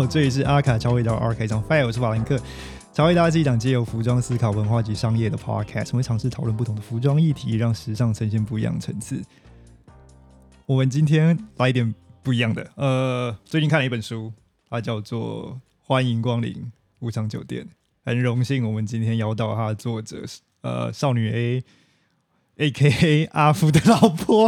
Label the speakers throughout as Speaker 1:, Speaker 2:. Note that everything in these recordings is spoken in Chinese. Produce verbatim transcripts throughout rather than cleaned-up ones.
Speaker 1: 好，这里是阿卡超会到 R K 上 Fire， 我是法兰克。超会达是一档藉由服装思考文化及商业的 podcast， 我会尝试讨论不同的服装议题，让时尚呈现不一样的层次。我们今天来一点不一样的，呃，最近看了一本书，它叫做《欢迎光临无常酒店》，很荣幸我们今天邀到它的作者，呃，少女 A，A K A 阿夫的老婆。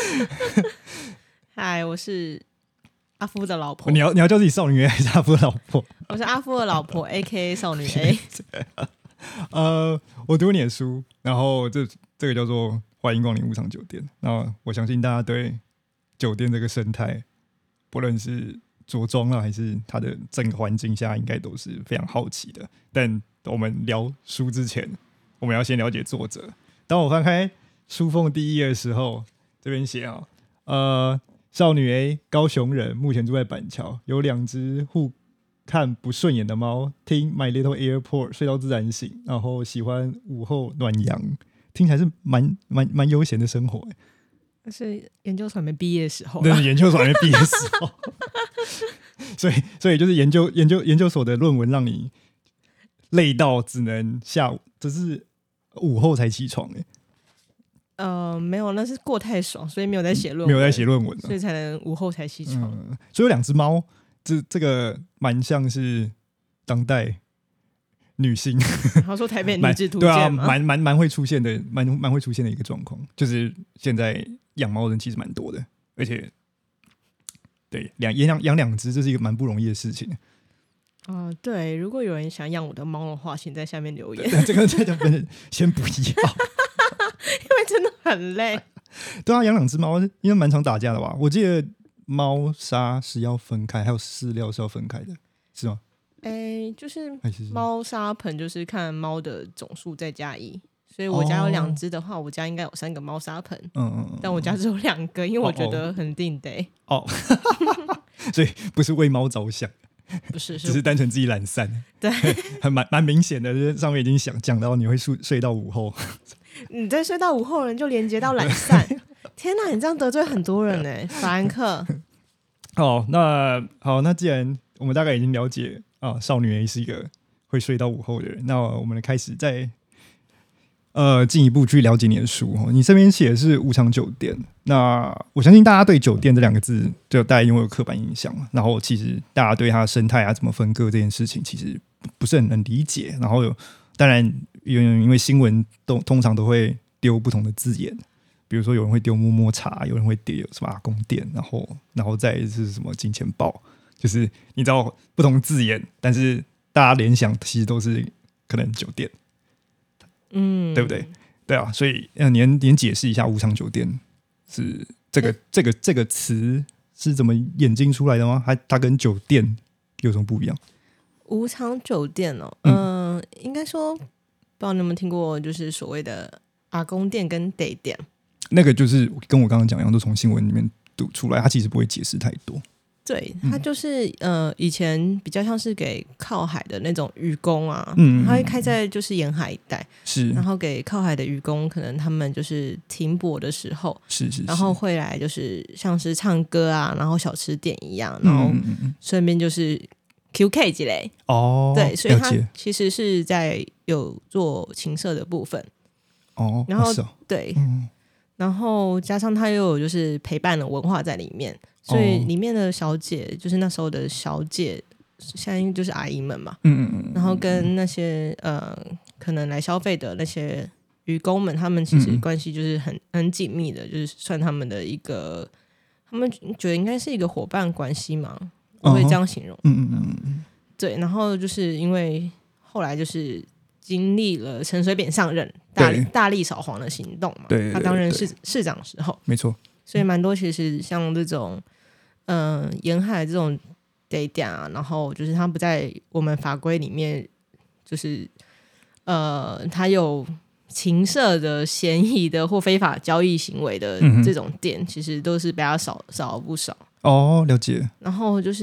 Speaker 2: 嗨，我是阿夫的老婆。
Speaker 1: 你要你要叫自己少女 A 还是阿夫的老婆？
Speaker 2: 我是阿夫的老婆 ，A K A 少女 A。
Speaker 1: 呃，我读你的书，然后这这个叫做《欢迎光临无常酒店》。那我相信大家对酒店这个生态，不论是着装啊，还是它的整个环境下，应该都是非常好奇的。但我们聊书之前，我们要先了解作者。当我翻开书封第一页的时候，这边写啊，呃。少女 A， 高雄人，目前住在板桥，有两只互看不顺眼的猫，听 My Little Airport 睡到自然醒，然后喜欢午后暖阳，听起来是蛮蛮蛮悠闲的生活。
Speaker 2: 那是研究所还没毕业的时候，
Speaker 1: 那是研究所还没毕业的时候，所以所以就是研究研究研究所的论文让你累到只能下午，这是午后才起床哎。
Speaker 2: 呃，没有，那是过太爽，所以没有在写论文，
Speaker 1: 没有在写论文、啊，
Speaker 2: 所以才能午后才起床。
Speaker 1: 嗯、所以有两只猫，这这个蛮像是当代女性，
Speaker 2: 然后说台北女子图鉴
Speaker 1: 对啊，蛮蛮蛮会出现的，蛮蛮会出现的一个状况，就是现在养猫人其实蛮多的，而且对养养养两只，这是一个蛮不容易的事情。
Speaker 2: 啊、呃，对，如果有人想养我的猫的话，请在下面留言。
Speaker 1: 这个这个先不要。
Speaker 2: 因为真的很累。
Speaker 1: 对啊，养两只猫因为蛮常打架的吧？我记得猫砂是要分开，还有饲料是要分开的，是吗？
Speaker 2: 哎，就是猫砂盆，就是看猫的总数再加一。所以我家有两只的话，哦、我家应该有三个猫砂盆。嗯嗯嗯。但我家只有两个，因为我觉得很定得。哦。
Speaker 1: 所以不是为猫着想。
Speaker 2: 不是，
Speaker 1: 只是单纯自己懒散。
Speaker 2: 对，
Speaker 1: 很蛮蛮明显的，就是上面已经想讲到你会睡到午后。
Speaker 2: 你在睡到午后人就连接到懒散。天哪，你这样得罪很多人哎，法兰克。
Speaker 1: 好，那好，那既然我们大概已经了解啊，少女 A 是一个会睡到午后的人，那我们开始再呃进一步去了解你的书。你这边写的是无常酒店，那我相信大家对酒店这两个字，就大家因为有刻板印象，然后其实大家对它的生态啊怎么分割这件事情，其实不是很能理解。然后有当然因为新闻都通常都会丢不同的字眼，比如说有人会丢摸摸茶，有人会丢什么阿公店，然后然后再是什么金钱豹，就是你知道不同字眼，但是大家联想其实都是可能酒店，嗯，对不对？对啊，所以呃，你能你能解释一下无常酒店是这个、欸、这个这个词是怎么演进出来的吗？还它跟酒店有什么不一样？
Speaker 2: 无常酒店哦，嗯、呃，应该说，不知道你有没有听过，就是所谓的阿公店跟得店，
Speaker 1: 那个就是跟我刚刚讲一样，都从新闻里面读出来，它其实不会解释太多。
Speaker 2: 对，它就是、嗯、呃，以前比较像是给靠海的那种渔工啊，
Speaker 1: 嗯，
Speaker 2: 它会开在就是沿海一带，
Speaker 1: 是，然
Speaker 2: 后给靠海的渔工，可能他们就是停泊的时候，
Speaker 1: 是 是, 是，
Speaker 2: 然后会来就是像是唱歌啊，然后小吃店一样，然后顺便就是。Q K 之类
Speaker 1: 哦，
Speaker 2: 对，所以它其实是在有做情色的部分
Speaker 1: 哦，
Speaker 2: 然后、
Speaker 1: 哦、
Speaker 2: 对、嗯，然后加上它又有就是陪伴的文化在里面，所以里面的小姐、哦、就是那时候的小姐，现在就是阿姨们嘛，嗯嗯嗯，然后跟那些呃可能来消费的那些渔工们，他们其实关系就是很很紧密的，就是算他们的一个，他们觉得应该是一个伙伴关系嘛。我会这样形容，嗯嗯嗯嗯，对，然后就是因为后来就是经历了陈水扁上任大力大力扫黄的行动嘛，
Speaker 1: 对，
Speaker 2: 他当任市市长的时候，
Speaker 1: 没错，
Speaker 2: 所以蛮多其实像这种，嗯、呃，沿海这种 data 啊，然后就是他不在我们法规里面，就是呃，他有情色的嫌疑的或非法交易行为的这种店，嗯、其实都是被他扫扫了不少。
Speaker 1: 哦，了解。
Speaker 2: 然后就是，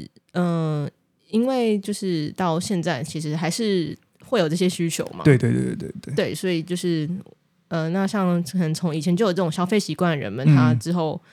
Speaker 2: 嗯、呃，因为就是到现在，其实还是会有这些需求嘛。
Speaker 1: 对对对对对对。
Speaker 2: 对，所以就是，呃，那像可能从以前就有这种消费习惯的人们，嗯、他之后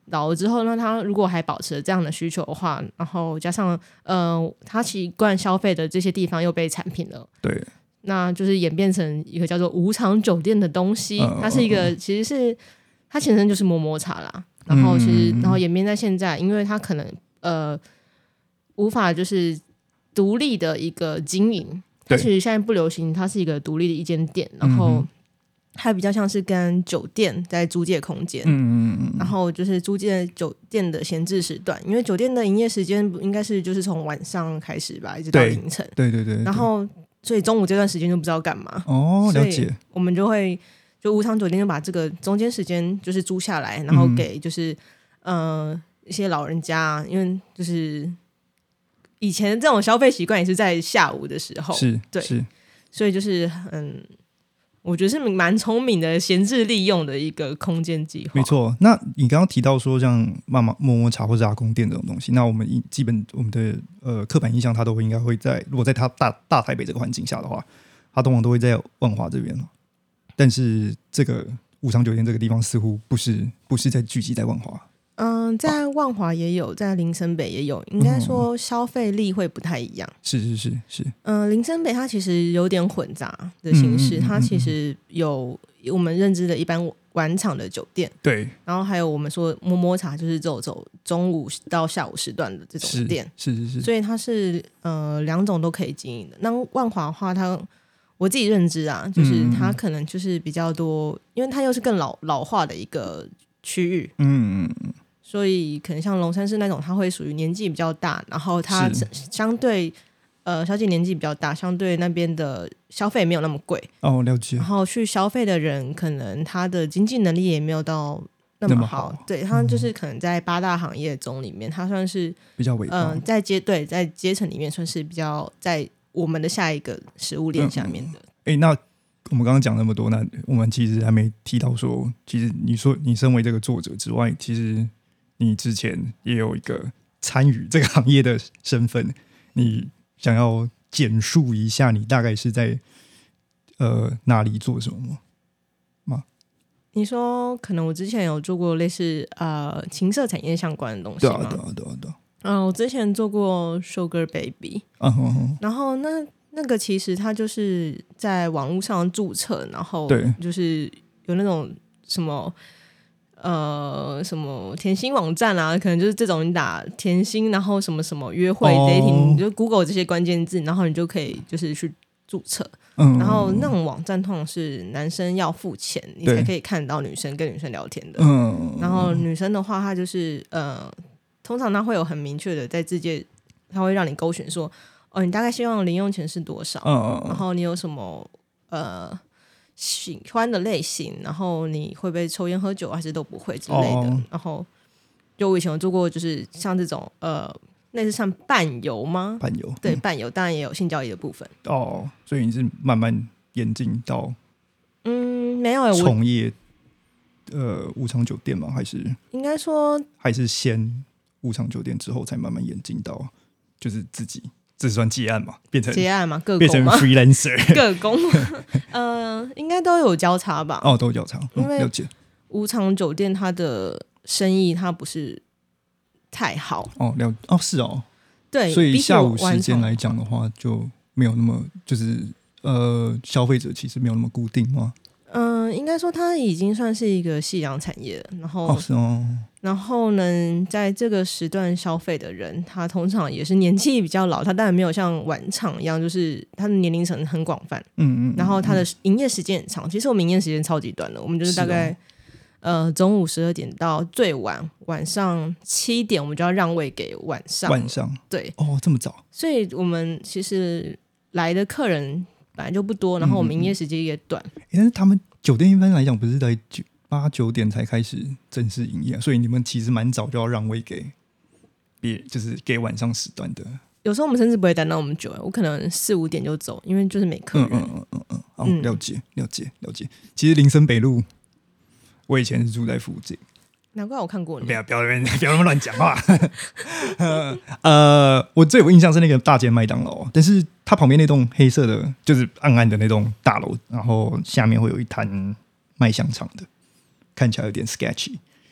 Speaker 2: 老了之后，那他如果还保持了这样的需求的话，然后加上呃他习惯消费的这些地方又被产品了，
Speaker 1: 对，
Speaker 2: 那就是演变成一个叫做无偿酒店的东西。
Speaker 1: 嗯、
Speaker 2: 它是一个、嗯、其实是它前身就是摸摸茶啦，然后其实、嗯、然后演变在现在，因为它可能呃无法就是独立的一个经营，它其实现在不流行，它是一个独立的一间店，然后它比较像是跟酒店在租借空间，嗯、然后就是租借酒店的闲置时段，因为酒店的营业时间应该是就是从晚上开始吧，一直到凌晨，
Speaker 1: 对对 对, 对, 对，
Speaker 2: 然后所以中午这段时间就不知道干嘛
Speaker 1: 哦，了解。
Speaker 2: 所以我们就会就无偿酒店就把这个中间时间就是租下来，然后给就是、嗯、呃一些老人家，因为就是以前这种消费习惯也是在下午的时候，
Speaker 1: 是
Speaker 2: 对，
Speaker 1: 是，
Speaker 2: 所以就是嗯，我觉得是蛮聪明的闲置利用的一个空间计划。
Speaker 1: 没错。那你刚刚提到说像妈妈摸摸茶或者阿公店这种东西，那我们基本我们的呃刻板印象，它都会应该会在，如果在它 大, 大台北这个环境下的话，它通常都会在万华这边。但是这个无偿酒店这个地方似乎不是不是在聚集在万华。
Speaker 2: 嗯，在万华也有，在林森北也有，应该说消费力会不太一样。
Speaker 1: 是是是是。
Speaker 2: 嗯，林森北它其实有点混杂的形式，嗯嗯嗯嗯嗯，它其实有我们认知的一般晚场的酒店，
Speaker 1: 对，
Speaker 2: 然后还有我们说摸摸茶，就是走走中午到下午时段的这种店，
Speaker 1: 是是 是, 是，
Speaker 2: 所以它是呃两种都可以经营的。那万华的话，它我自己认知啊，就是它可能就是比较多，因为它又是更老老化的一个区域，嗯嗯嗯。所以可能像龙山寺那种，它会属于年纪比较大，然后它相对呃小姐年纪比较大，相对那边的消费没有那么贵
Speaker 1: 哦，了解。
Speaker 2: 然后去消费的人，可能他的经济能力也没有到那么好，
Speaker 1: 那么好
Speaker 2: 对，他就是可能在八大行业中里面，他算是
Speaker 1: 比较尾巴，
Speaker 2: 嗯、呃，在阶对在阶层里面算是比较在我们的下一个食物链下面的。
Speaker 1: 哎、嗯嗯，那我们刚刚讲那么多，那我们其实还没提到说，其实你说你身为这个作者之外，其实你之前也有一个参与这个行业的身份，你想要简述一下你大概是在呃哪里做什么吗？
Speaker 2: 你说可能我之前有做过类似呃情色产业相关的东西吗？
Speaker 1: 对啊对啊对啊对啊。
Speaker 2: 嗯，我之前做过 Sugar Baby，
Speaker 1: 嗯哼哼，
Speaker 2: 然后那那个其实它就是在网络上注册，然后就是有那种什么。呃，什么甜心网站啊，可能就是这种，你打甜心，然后什么什么约会 dating，、oh. 你就 Google 这些关键字，然后你就可以就是去注册。嗯，然后那种网站通常是男生要付钱，你才可以看到女生跟女生聊天的。嗯，然后女生的话，她就是呃，通常她会有很明确的在自介，她会让你勾选说，哦，你大概希望零用钱是多少？嗯，然后你有什么呃。喜欢的类型，然后你会不会抽烟喝酒还是都不会之类的、oh. 然后就我以前有做过就是像这种呃类似像伴游吗？
Speaker 1: 伴游
Speaker 2: 对、
Speaker 1: 嗯、
Speaker 2: 伴游当然也有性交易的部分
Speaker 1: 哦， oh, 所以你是慢慢演进到
Speaker 2: 嗯没有
Speaker 1: 从业呃无偿酒店吗？还是
Speaker 2: 应该说
Speaker 1: 还是先无偿酒店之后才慢慢演进到就是自己这算接案嘛？变成
Speaker 2: 接案嘛？各
Speaker 1: 变成 freelancer
Speaker 2: 各工呃，应该都有交叉吧？
Speaker 1: 哦，都有交叉，
Speaker 2: 因为
Speaker 1: 了解。
Speaker 2: 无偿酒店它的生意它不是太好
Speaker 1: 哦，了哦是哦，
Speaker 2: 对，
Speaker 1: 所以下午时间来讲的话，就没有那么就是呃，消费者其实没有那么固定吗？
Speaker 2: 嗯、呃，应该说它已经算是一个夕阳产业了。然后，
Speaker 1: 哦是哦，
Speaker 2: 然后呢，在这个时段消费的人，他通常也是年纪比较老，他当然没有像晚场一样，就是他的年龄层很广泛。嗯 嗯, 嗯，然后他的营业时间很长。其实我们营业时间超级短的，我们就是大概、哦、呃中午十二点到最晚晚上七点，我们就要让位给晚上。
Speaker 1: 晚上对哦，这么早，
Speaker 2: 所以我们其实来的客人本来就不多，然后我们营业时间也短。
Speaker 1: 嗯嗯嗯，但是他们酒店一般来讲不是在八九点才开始正式营业，所以你们其实蛮早就要让位给别，就是给晚上时段的。
Speaker 2: 有时候我们甚至不会待那么久，我可能四五点就走，因为就是没客人。
Speaker 1: 嗯嗯嗯嗯嗯，哦，了解了解了解。其实林森北路，我以前是住在附近，
Speaker 2: 难怪我看过你。
Speaker 1: 不要不要不要那么乱讲话。呃，我最有印象是那个大间麦当劳，但是它旁边那栋黑色的，就是暗暗的那栋大楼，然后下面会有一摊卖香肠的，看起来有点 sketchy。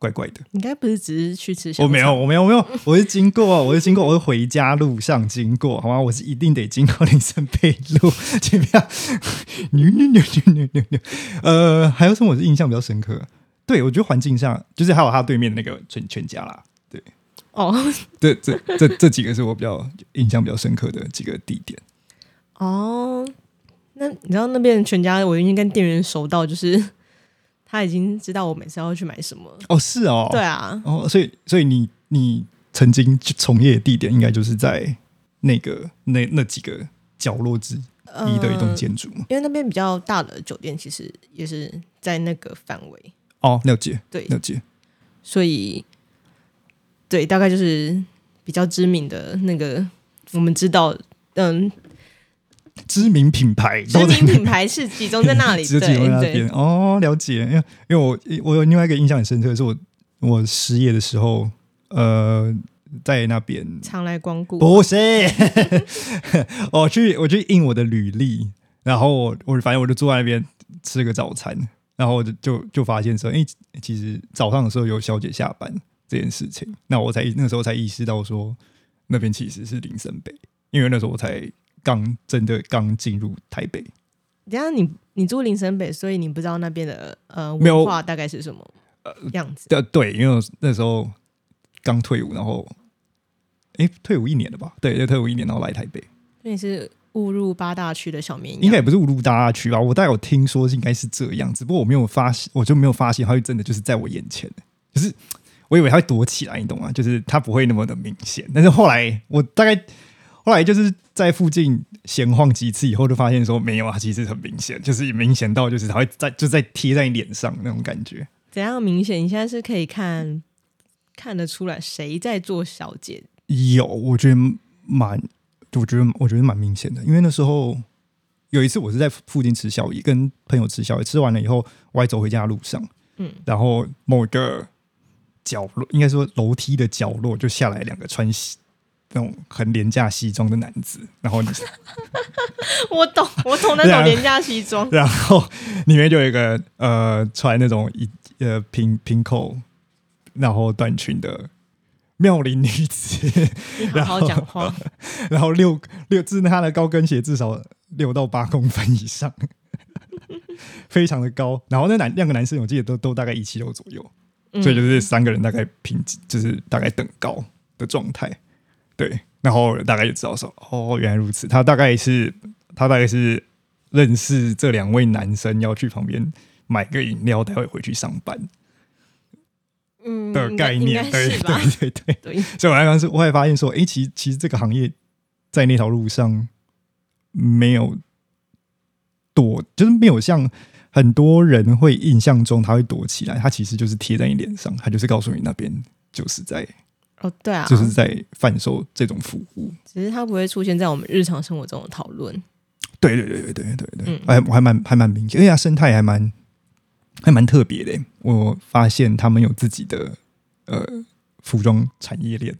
Speaker 1: 怪怪的。
Speaker 2: 应该不是只是去吃香肠？
Speaker 1: 我没有，我没有，我没有，我是经过，我是经过，我是回家路上经过，好吗？我是一定得经过林森北路，请不要扭扭扭扭扭扭。呃，还有什么我是印象比较深刻？对，我觉得环境上，就是还有他对面的那个全全家啦，对，
Speaker 2: 哦，
Speaker 1: 这这这这几个是我比较印象比较深刻的几个地点。
Speaker 2: 哦，那你知道那边全家，我已经跟店员熟到，就是他已经知道我每次要去买什么。
Speaker 1: 哦，是哦，
Speaker 2: 对啊，
Speaker 1: 哦，所以所以你你曾经从业的地点应该就是在那个那那几个角落之一的一栋建筑、呃，
Speaker 2: 因为那边比较大的酒店其实也是在那个范围。
Speaker 1: 哦，了解，
Speaker 2: 对，
Speaker 1: 了解。
Speaker 2: 所以，对，大概就是比较知名的那个，我们知道，嗯。
Speaker 1: 知名品牌，
Speaker 2: 知名品牌是集中在那里，
Speaker 1: 只集中在那边哦，了解。因为因为我我有另外一个印象很深刻，是我我失业的时候，呃，在那边
Speaker 2: 常来光顾。
Speaker 1: 不是，我去我去印我的履历，然后我我反正我就坐在那边吃个早餐，然后我就就就发现说，哎、欸，其实早上的时候有小姐下班这件事情，那我才那时候才意识到说，那边其实是林森北，因为那时候我才。刚真的刚进入台北，
Speaker 2: 等一下你你住林森北，所以你不知道那边的呃文化大概是什么样子？
Speaker 1: 呃，对，因为我那时候刚退伍，然后哎，退伍一年了吧？对，退伍一年，然后来台北。
Speaker 2: 所以是误入八大区的小绵羊，
Speaker 1: 应该也不是误入八大区吧？我大概有听说应该是这样，只不过我没有发现，我就没有发现，它会真的就是在我眼前，就是我以为它会躲起来，你懂吗？就是它不会那么的明显，但是后来我大概。后来就是在附近闲晃几次以后，就发现说没有啊，其实很明显，就是明显到就是它会在就在贴在你脸上那种感觉。
Speaker 2: 怎样明显？你现在是可以看看得出来谁在做小姐？
Speaker 1: 有，我觉得蛮，我觉得我觉得蛮明显的，因为那时候有一次我是在附近吃宵夜，跟朋友吃宵夜，吃完了以后，我还走回家的路上，嗯，然后某个角落，应该说楼梯的角落，就下来两个穿西。那种很廉价西装的男子，然后你
Speaker 2: 我懂，我懂那种廉价西装，
Speaker 1: 然后里面就有一个呃穿那种一呃平平口，然后短裙的妙龄女子，
Speaker 2: 你好好讲话，
Speaker 1: 然后六六至他的高跟鞋至少六到八公分以上，非常的高。然后那男两个男生我记得都都大概一七六左右，嗯、所以就是三个人大概平就是大概等高的状态。对，然后大概就知道说，哦，原来如此。他大概是，他大概是认识这两位男生，要去旁边买个饮料，待会回去上班，嗯的概念，对对对对对。所以我刚刚是，我还发现说，哎、欸，其实其实这个行业在那条路上没有躲，就是没有像很多人会印象中他会躲起来，他其实就是贴在你脸上，他就是告诉你那边就是在。
Speaker 2: 哦，对啊，
Speaker 1: 就是在贩售这种服务，
Speaker 2: 只是它不会出现在我们日常生活中的讨论。
Speaker 1: 对对对对对对对，哎、嗯，我还蛮还蛮明显，而且它生态还蛮还蛮特别的。我发现他们有自己的呃服装产业链，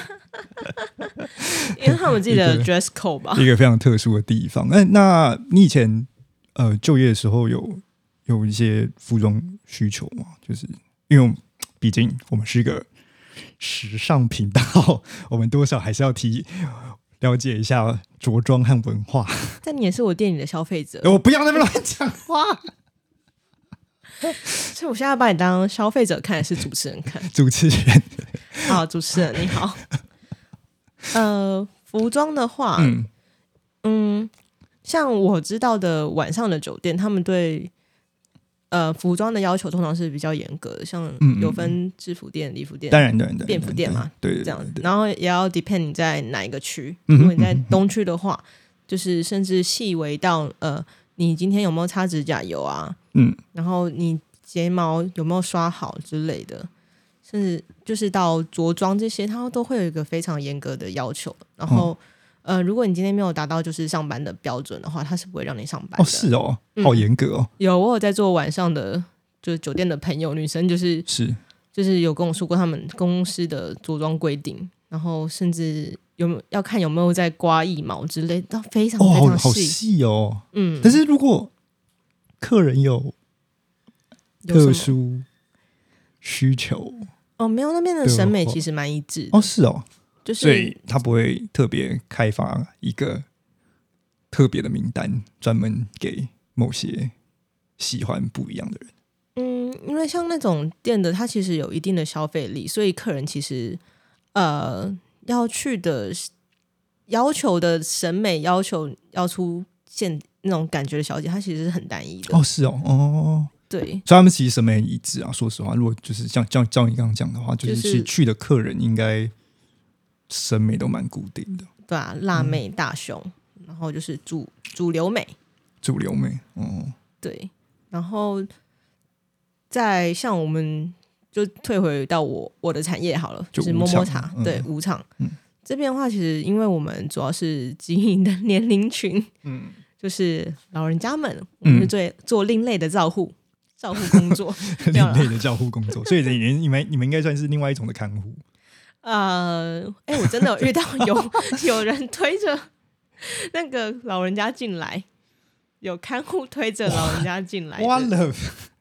Speaker 2: 因为他们自己的 dress code 吧，
Speaker 1: 一个非常特殊的地方。那那你以前呃就业的时候有有一些服装需求吗？就是因为毕竟我们是一个。时尚频道，我们多少还是要提了解一下着装和文化。
Speaker 2: 但你也是我店里的消费者，
Speaker 1: 我不要那么乱讲话。
Speaker 2: 所以我现在把你当消费者看，还是主持人看？
Speaker 1: 主持人，
Speaker 2: 好，主持人你好。呃，服装的话，嗯嗯，像我知道的晚上的酒店，他们对。呃，服装的要求通常是比较严格的，像有分制服店、礼服店、
Speaker 1: 当然当然
Speaker 2: 便服店嘛，
Speaker 1: 对，对，
Speaker 2: 这样子。然后也要 depend 你在哪一个区，如果你在东区的话，就是甚至细微到呃，你今天有没有擦指甲油啊？嗯，然后你睫毛有没有刷好之类的，甚至就是到着装这些，它都会有一个非常严格的要求。然后。嗯呃，如果你今天没有达到就是上班的标准的话，他是不会让你上班的。
Speaker 1: 哦，是哦，好严格哦。
Speaker 2: 嗯、有，我有在做晚上的，就是酒店的朋友，女生就是
Speaker 1: 是，
Speaker 2: 就是有跟我说过他们公司的着装规定，然后甚至有没有要看有没有在刮腋毛之类的，非常非常细，
Speaker 1: 哦、好细哦。嗯，但是如果客人有特殊需求
Speaker 2: 哦，没有，那边的审美其实蛮一致的
Speaker 1: 哦，是哦，
Speaker 2: 就是，
Speaker 1: 所以他不会特别开发一个特别的名单，专门给某些喜欢不一样的人。
Speaker 2: 嗯，因为像那种店的，它其实有一定的消费力，所以客人其实呃要去的要求的审美要求要出现那种感觉的小姐，它其实是很单一的。
Speaker 1: 哦，是哦，哦。
Speaker 2: 对，
Speaker 1: 所以他们其实审美很一致啊。说实话，如果就是像像照你刚刚讲的话，就是去、就是、去的客人应该审美都蛮固定的。
Speaker 2: 对啊，辣妹、大胸，嗯、然后就是主主流美，
Speaker 1: 主流美，哦，
Speaker 2: 对。然后再像我们就退回到我我的产业好了，就, 就是摸摸茶，嗯、对，舞场、嗯、这边的话，其实因为我们主要是经营的年龄群，嗯，就是老人家们，我们是做、嗯、做另类的照护。照护工作，
Speaker 1: 另类的照护工作，所以你们你们应该算是另外一种的看护。
Speaker 2: 呃，哎、欸，我真的有遇到有有人推着那个老人家进来，有看护推着老人家进来，
Speaker 1: 完了。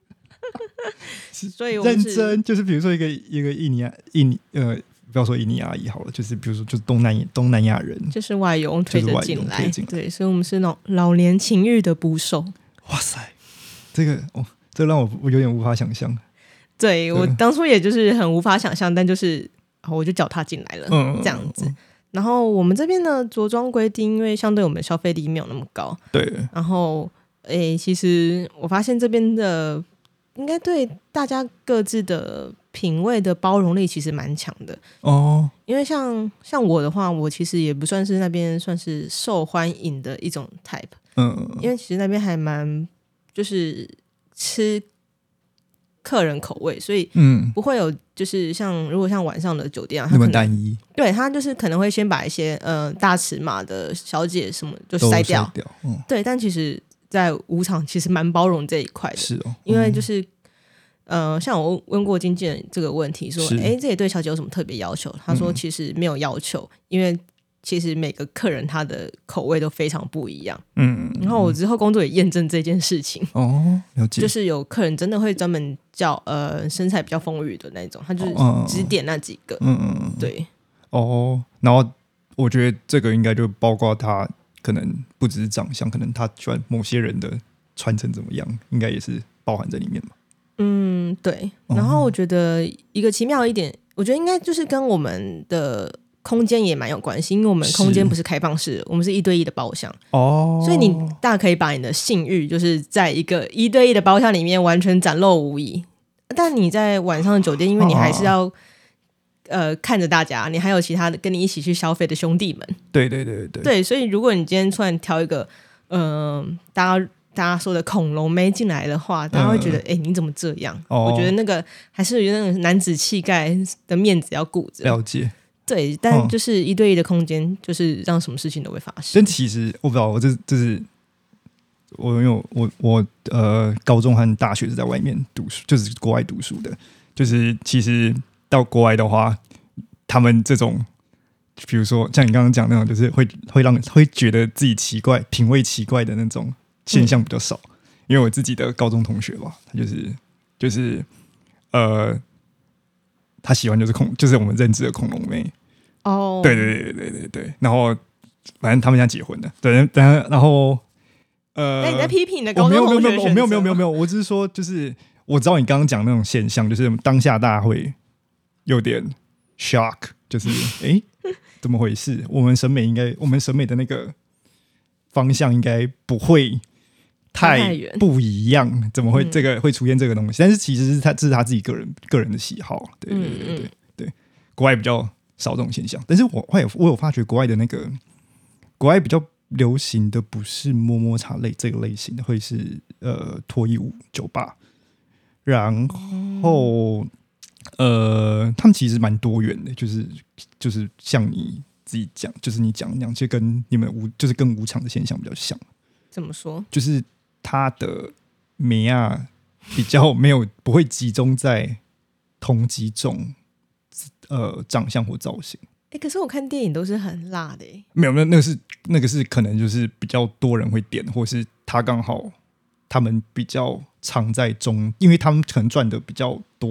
Speaker 2: 所以我们
Speaker 1: 认真就是，比如说一个一个印尼印尼呃，不要说印尼阿姨好了，就是比如说就是东南东南亚人，
Speaker 2: 就是外佣推着进来，对，所以我们是老老年情欲的捕手。
Speaker 1: 哇塞，这个哦。这让我我有点无法想象。
Speaker 2: 对，我当初也就是很无法想象，但就是我就脚踏进来了，嗯、这样子。嗯、然后我们这边的着装规定，因为相对我们消费力没有那么高，
Speaker 1: 对。
Speaker 2: 然后，诶，其实我发现这边的应该对大家各自的品味的包容力其实蛮强的哦。因为像像我的话，我其实也不算是那边算是受欢迎的一种 type，嗯，因为其实那边还蛮就是吃客人口味，所以不会有就是像如果像晚上的酒店啊，
Speaker 1: 那么单一，
Speaker 2: 对，他就是可能会先把一些呃大尺码的小姐什么就筛掉，
Speaker 1: 筛掉嗯、
Speaker 2: 对，但其实在舞场其实蛮包容这一块的，
Speaker 1: 是哦，
Speaker 2: 因为就是呃像我问过经纪人这个问题说，哎，这里对小姐有什么特别要求？他说其实没有要求，嗯、因为其实每个客人他的口味都非常不一样，嗯，然后我之后工作也验证这件事情
Speaker 1: 哦，了解，
Speaker 2: 就是有客人真的会专门叫呃身材比较丰腴的那种，他就是只点那几个，嗯嗯，对，
Speaker 1: 哦，然后我觉得这个应该就包括他可能不只是长相，可能他喜欢某些人的穿成怎么样，应该也是包含在里面嘛。
Speaker 2: 嗯，对。然后我觉得一个奇妙一点，我觉得应该就是跟我们的空间也蛮有关系，因为我们空间不是开放式，我们是一对一的包厢哦，所以你大可以把你的性欲就是在一个一对一的包厢里面完全展露无遗。但你在晚上的酒店，因为你还是要、哦、呃看着大家，你还有其他的跟你一起去消费的兄弟们，
Speaker 1: 对对对对
Speaker 2: 对，所以如果你今天突然挑一个呃大家大家说的恐龙妹进来的话，大家会觉得哎、嗯欸、你怎么这样、哦、我觉得那个还是有那种男子气概的面子要顾着，
Speaker 1: 了解。
Speaker 2: 对，但就是一对一的空间、嗯、就是让什么事情都会发生。
Speaker 1: 但其实我不知道，我这这是我因为我我呃高中和大学是在外面读书，就是国外读书的，就是其实到国外的话，他们这种比如说像你刚刚讲那种，就是会会让会觉得自己奇怪、品味奇怪的那种现象比较少。嗯、因为我自己的高中同学吧，他就是就是呃，他喜欢就是恐，就是我们认知的恐龙妹。哦、oh. ，对对对对对对，然后反正他们家结婚了，对，然后呃，
Speaker 2: 那你在批评你的高中同学？
Speaker 1: 没有没有没有没有没有没有，我只是说就是我知道你刚刚讲那种现象，就是当下大家会有点 shock， 就是哎怎么回事？我们审美应该，我们审美的那个方向应该不会太不一样，怎么会这个、嗯、会出现这个东西？但是其实是他这是他自己个人个人的喜好，对对对对 对, 对，国外比较少这种现象，但是我我有我有发觉国外的那个国外比较流行的不是摸摸茶类这个类型的，会是呃脱衣舞酒吧，然后、嗯、呃他们其实蛮多元的，就是就是像你自己讲，就是你讲那样，就跟你们舞就是跟舞场的现象比较像。
Speaker 2: 怎么说？
Speaker 1: 就是他的美啊比较没有不会集中在同几种。呃，长相或造型，
Speaker 2: 哎、欸，可是我看电影都是很辣的、欸，
Speaker 1: 没有没有，那个是那个是可能就是比较多人会点，或是他刚好他们比较常在中，因为他们可能赚的比较多，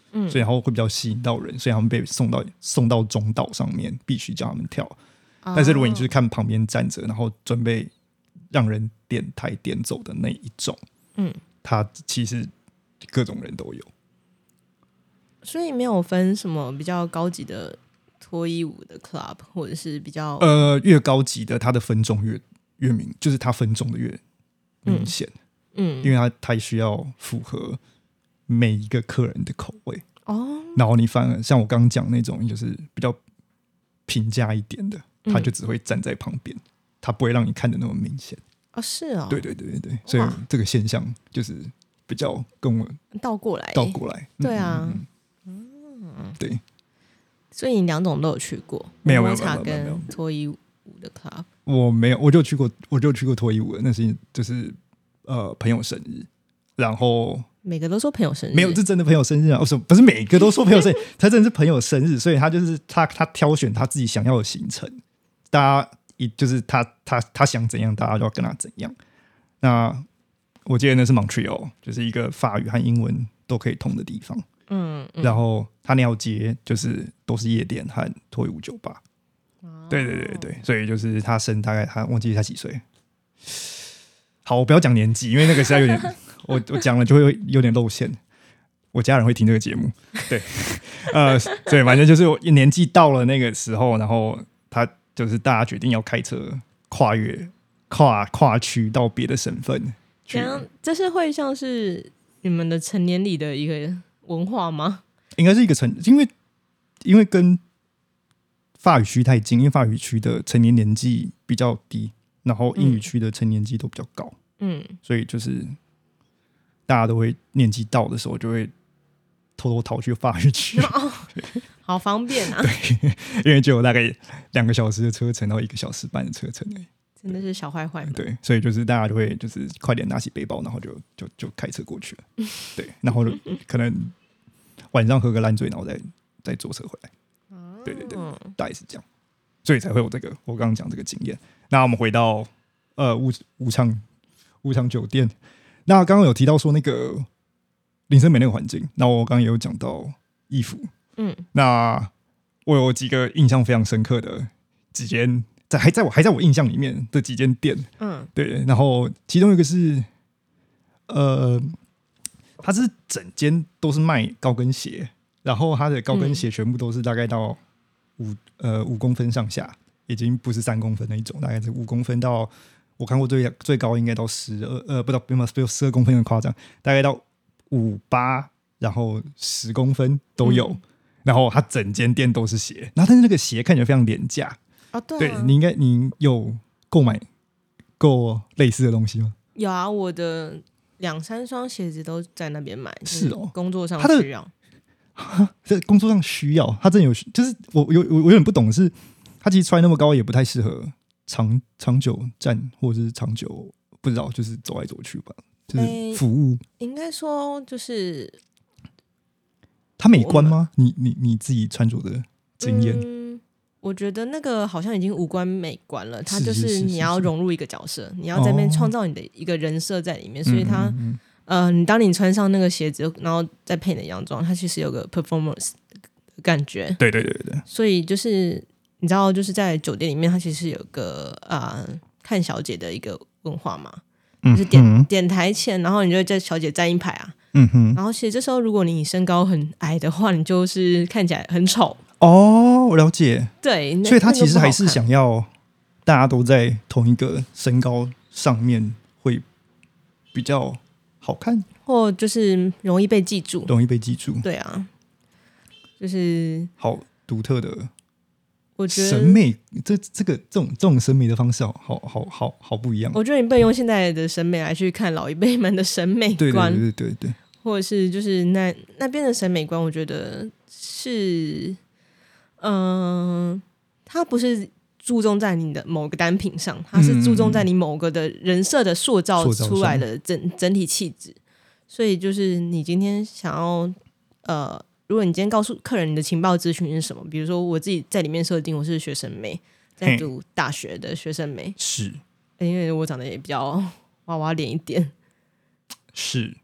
Speaker 1: 嗯，所以然后会比较吸引到人，所以他们被送到送到中岛上面，必须叫他们跳。哦、但是如果你就是看旁边站着，然后准备让人点台点走的那一种，嗯，他其实各种人都有。
Speaker 2: 所以没有分什么比较高级的脱衣舞的 club， 或者是比较
Speaker 1: 呃越高级的，它的分众越越明，就是它分众的越明显，嗯，因为它它需要符合每一个客人的口味哦。然后你反而像我刚刚讲那种，就是比较平价一点的，他就只会站在旁边，他不会让你看得那么明显
Speaker 2: 哦。是哦，
Speaker 1: 对对对对对，所以这个现象就是比较跟我
Speaker 2: 倒过来
Speaker 1: 倒过来，
Speaker 2: 对啊。嗯
Speaker 1: 嗯，对，
Speaker 2: 所以你两种都有去过，
Speaker 1: 没有没有
Speaker 2: 没有跟脱衣舞的 club，
Speaker 1: 我没有，我就去过，我就去过脱衣舞的，那是就是呃朋友生日，然后
Speaker 2: 每个都说朋友生日，
Speaker 1: 没有，是真的朋友生日啊！我说不是每个都说朋友生日，他真的是朋友生日，所以他就是他他挑选他自己想要的行程，大家一就是他他他想怎样，大家就要跟他怎样。那我记得那是 Montreal， 就是一个法语和英文都可以通的地方。嗯，嗯然后他那条街就是都是夜店和脱衣舞酒吧。哦、对对对对，所以就是他生大概他忘记他几岁。好，我不要讲年纪，因为那个实在有点，我我讲了就会有点露馅。我家人会听这个节目，对，呃，所以反正就是我年纪到了那个时候，然后他就是大家决定要开车跨越跨跨区到别的省份。
Speaker 2: 这样，这是会像是你们的成年礼的一个文化吗？
Speaker 1: 应该是一个成，因为因为跟法语区太近，因为法语区的成年年纪比较低，然后英语区的成年年纪都比较高，嗯，所以就是大家都会年纪到的时候就会偷偷逃去法语区，
Speaker 2: 哦、好方便啊！
Speaker 1: 对，因为就有大概两个小时的车程到一个小时半的车程而已。
Speaker 2: 真的是小坏坏，
Speaker 1: 对，所以就是大家就会就是快点拿起背包，然后就就就开车过去了，对，然后可能晚上喝个烂醉，然后再再坐车回来，对对对，大概是这样，所以才会有这个我刚刚讲这个经验。那我们回到呃武武昌武昌酒店，那刚刚有提到说那个林森北那个环境，那我刚刚也有讲到衣服，嗯，那我有几个印象非常深刻的几间。在还在我还在我印象里面的几间店，嗯，对，然后其中一个是，呃，它是整间都是卖高跟鞋，然后它的高跟鞋全部都是大概到五呃五公分上下，已经不是三公分那一种，大概是五公分到我看过最最高应该到十二呃不到不有十二公分很夸张，大概到五八，然后十公分都有，嗯、然后它整间店都是鞋，然后但是那个鞋看起来非常廉价。
Speaker 2: 哦对啊、
Speaker 1: 对，你应该你有购买过类似的东西吗？
Speaker 2: 有啊，我的两三双鞋子都在那边买，
Speaker 1: 是哦，
Speaker 2: 工作上需要。
Speaker 1: 在工作上需要，他真的有，就是我有我有点不懂的是，他其实穿那么高也不太适合长长久站或者是长久不知道，就是走来走去吧，就是服务。
Speaker 2: 欸、应该说就是
Speaker 1: 它美观吗？你你你自己穿着的经验？
Speaker 2: 嗯我觉得那个好像已经无关美观了，它就是你要融入一个角色，是是是是你要在那边创造你的一个人设在里面，哦、所以它嗯嗯嗯呃，你当你穿上那个鞋子，然后再配你的洋装，它其实有个 performance 的感觉。
Speaker 1: 对对对对。
Speaker 2: 所以就是你知道，就是在酒店里面，它其实有个啊、呃、看小姐的一个文化嘛，就是点、嗯、点台前，然后你就叫小姐站一排啊，嗯哼，然后其实这时候如果你身高很矮的话，你就是看起来很丑。
Speaker 1: 哦，我了解。
Speaker 2: 对，
Speaker 1: 所以他其实还是想要大家都在同一个身高上面会比较好看，
Speaker 2: 或就是容易被记住，
Speaker 1: 容易被记住。
Speaker 2: 对啊，就是
Speaker 1: 好独特的，
Speaker 2: 我觉得
Speaker 1: 审美，这这个这种这种审美的方式好，好好好好不一样。
Speaker 2: 我觉得你不能用现在的审美来去看老一辈们的审美观，
Speaker 1: 对对对对 对, 对，
Speaker 2: 或者是就是那那边的审美观，我觉得是。嗯、呃，它不是注重在你的某个单品上，它是注重在你某个的人设的塑造出来的整整体气质。所以就是你今天想要呃，如果你今天告诉客人你的情报资讯是什么，比如说我自己在里面设定我是学生妹，在读大学的学生妹，
Speaker 1: 是
Speaker 2: 因为我长得也比较娃娃脸一点，
Speaker 1: 是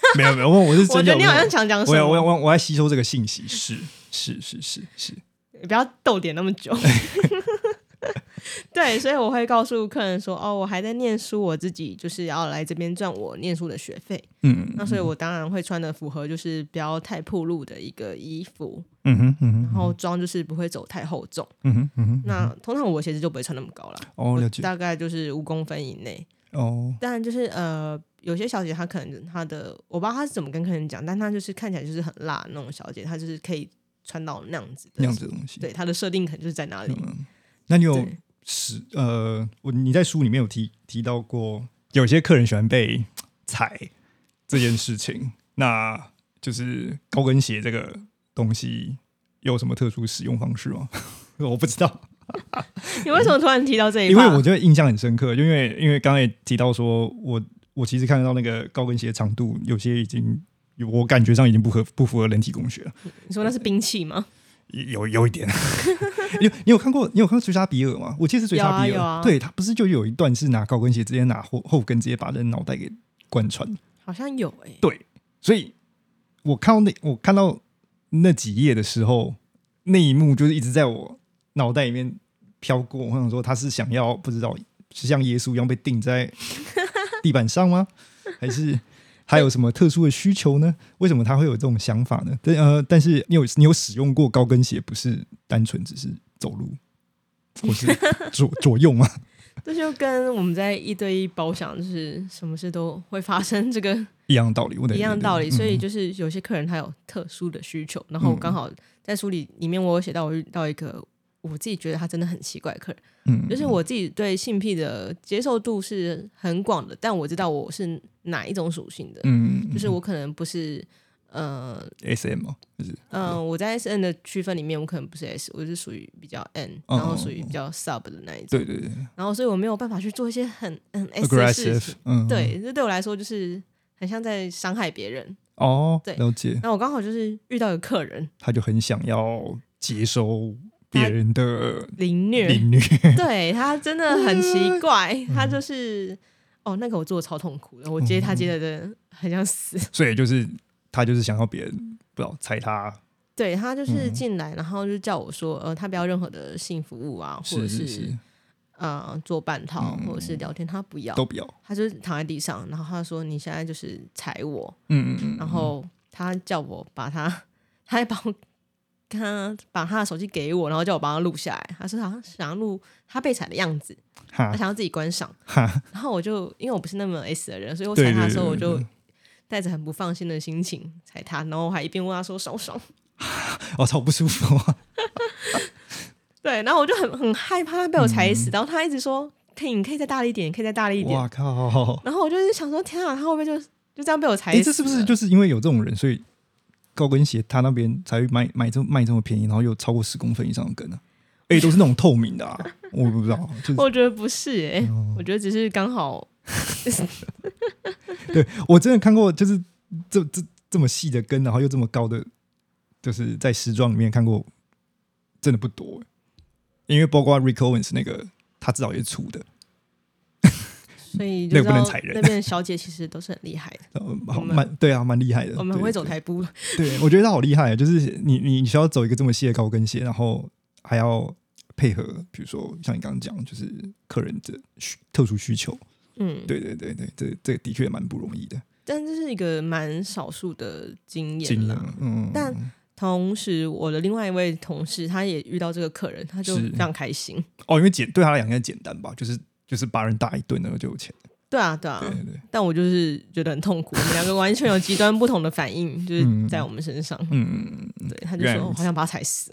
Speaker 1: 没有没有，我是真的。
Speaker 2: 我觉得你好像想讲什么，
Speaker 1: 我我我我在吸收这个信息，是是是是是，
Speaker 2: 你不要逗点那么久。对，所以我会告诉客人说，哦，我还在念书，我自己就是要来这边赚我念书的学费。嗯，那所以我当然会穿的符合就是不要太暴露的一个衣服。嗯哼嗯哼，然后妆就是不会走太厚重。嗯哼嗯哼，那通常我鞋子就不会穿那么高了。哦，了解。大概就是五公分以内。哦，当然就是呃，有些小姐她可能她的我不知道她是怎么跟客人讲，但她就是看起来就是很辣那种小姐，她就是可以穿到那样子的
Speaker 1: 那样子的东西。
Speaker 2: 对，她的设定可能就是在哪里。嗯，
Speaker 1: 那你有是呃，我你在书里面有提提到过，有些客人喜欢被踩这件事情，那就是高跟鞋这个东西有什么特殊使用方式吗？我不知道。
Speaker 2: 你为什么突然提到这一？
Speaker 1: 因为我觉得印象很深刻，因为因为刚才也提到说，我我其实看到那个高跟鞋长度，有些已经我感觉上已经不合不符合人体工学了。
Speaker 2: 你说那是兵器吗？
Speaker 1: 有有一点。你, 你有看过你有看过追杀比尔吗？我记得是追杀比尔，
Speaker 2: 啊啊、
Speaker 1: 对，他不是就有一段是拿高跟鞋直接拿 后, 后跟直接把人脑袋给贯穿，
Speaker 2: 好像有哎、欸。
Speaker 1: 对，所以我看到那我看到那几页的时候，那一幕就是一直在我脑袋里面飘过。我想说他是想要不知道是像耶稣一样被钉在地板上吗？还是他有什么特殊的需求呢？为什么他会有这种想法呢？但呃，但是你有你有使用过高跟鞋，不是单纯只是走路或是左左右吗？
Speaker 2: 这就跟我们在一对一包厢，就是什么事都会发生这个
Speaker 1: 一样的道理，
Speaker 2: 一样的道理。所以就是有些客人他有特殊的需求，然后刚好在书里里面我有写到，我遇到一个我自己觉得他真的很奇怪的客人。嗯，就是我自己对性癖的接受度是很广的，但我知道我是哪一种属性的。嗯，就是我可能不是呃
Speaker 1: S M 吗？就是
Speaker 2: 嗯、呃，我在 S N 的区分里面，我可能不是 S， 我是属于比较 N，、哦、然后属于比较 sub 的那一种。
Speaker 1: 对对对。
Speaker 2: 然后所以我没有办法去做一些很很 S 的事情。嗯，对，这对我来说就是很像在伤害别人。
Speaker 1: 哦，
Speaker 2: 对，
Speaker 1: 了解。
Speaker 2: 那我刚好就是遇到一个客人，
Speaker 1: 他就很想要接收别人的
Speaker 2: 凌虐，
Speaker 1: 凌虐，
Speaker 2: 对，他真的很奇怪，他就是哦，那个我做的超痛苦的，我接他接的真的很想死，
Speaker 1: 所以就是他就是想要别人不知道踩他，
Speaker 2: 对，他就是进来，然后就叫我说，呃，他不要任何的性服务啊，或者是。
Speaker 1: 是是是
Speaker 2: 呃，做半套、嗯、或者是聊天，他不要，
Speaker 1: 都不要。
Speaker 2: 他就是躺在地上，然后他说：“你现在就是踩我。”嗯嗯嗯。然后他叫我把他，他还把我，他把他的手机给我，然后叫我帮他录下来。他说好像想要录他被踩的样子，他想要自己观赏。然后我就因为我不是那么 S 的人，所以我踩他的时候，我就带着很不放心的心情踩他，然后我还一边问他说：“爽不爽？”
Speaker 1: 我超不舒服啊！
Speaker 2: 对，然后我就很很害怕他被我踩死，嗯、然后他一直说：“可以，你可以再大力一点，你可以再大力一点。”
Speaker 1: 哇靠！然
Speaker 2: 后我就是想说：“天啊，他会不会就就这样被我踩死？”
Speaker 1: 这是不是就是因为有这种人，所以高跟鞋他那边才会卖买这卖这么便宜，然后又超过十公分以上的跟呢？而且都是那种透明的啊，我不知道。就是、
Speaker 2: 我觉得不是哎、欸嗯，我觉得只是刚好。
Speaker 1: 对我真的看过，就是这这这么细的跟，然后又这么高的，就是在时装里面看过，真的不多。因为包括 Rick Owens 那个，他至少也是粗的，
Speaker 2: 所以就知道那边的小姐其实都是很厉害的，
Speaker 1: 蛮对啊，蛮厉害的。
Speaker 2: 我们很会走台步了。
Speaker 1: 对，我觉得他好厉害，就是你你需要走一个这么细的高跟鞋，然后还要配合，比如说像你刚刚讲，就是客人的特殊需求。嗯，对对对对，这这的确蛮不容易的。
Speaker 2: 但这是一个蛮少数的经验啦，嗯，但。同时，我的另外一位同事他也遇到这个客人，他就非常开心
Speaker 1: 哦，因为简对他来讲应该简单吧，就是就是把人打一顿，然后就有钱。
Speaker 2: 对啊，对啊，对对对。但我就是觉得很痛苦，我们两个完全有极端不同的反应，就是在我们身上。嗯嗯嗯，对，他就说：“我好想把他踩死。”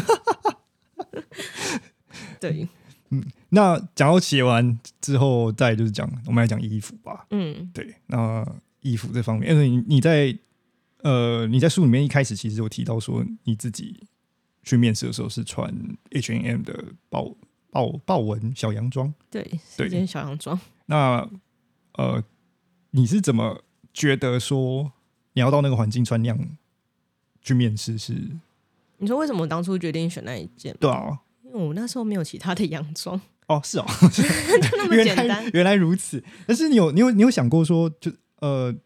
Speaker 2: 对，
Speaker 1: 嗯，那讲到写完之后，再就是讲我们来讲衣服吧。嗯，对，那衣服这方面，因为你你在。呃，你在书里面一开始其实有提到说，你自己去面试的时候是穿 H and M 的豹豹豹纹小洋装，
Speaker 2: 对，是一件小洋装。
Speaker 1: 那呃，你是怎么觉得说你要到那个环境穿那样去面试？是
Speaker 2: 你说为什么我当初决定选那一件？
Speaker 1: 对啊，
Speaker 2: 因为我那时候没有其他的洋装。
Speaker 1: 哦，是哦，
Speaker 2: 就那么简单。
Speaker 1: 原来, 原来如此。但是你有你有你有想过说，就呃。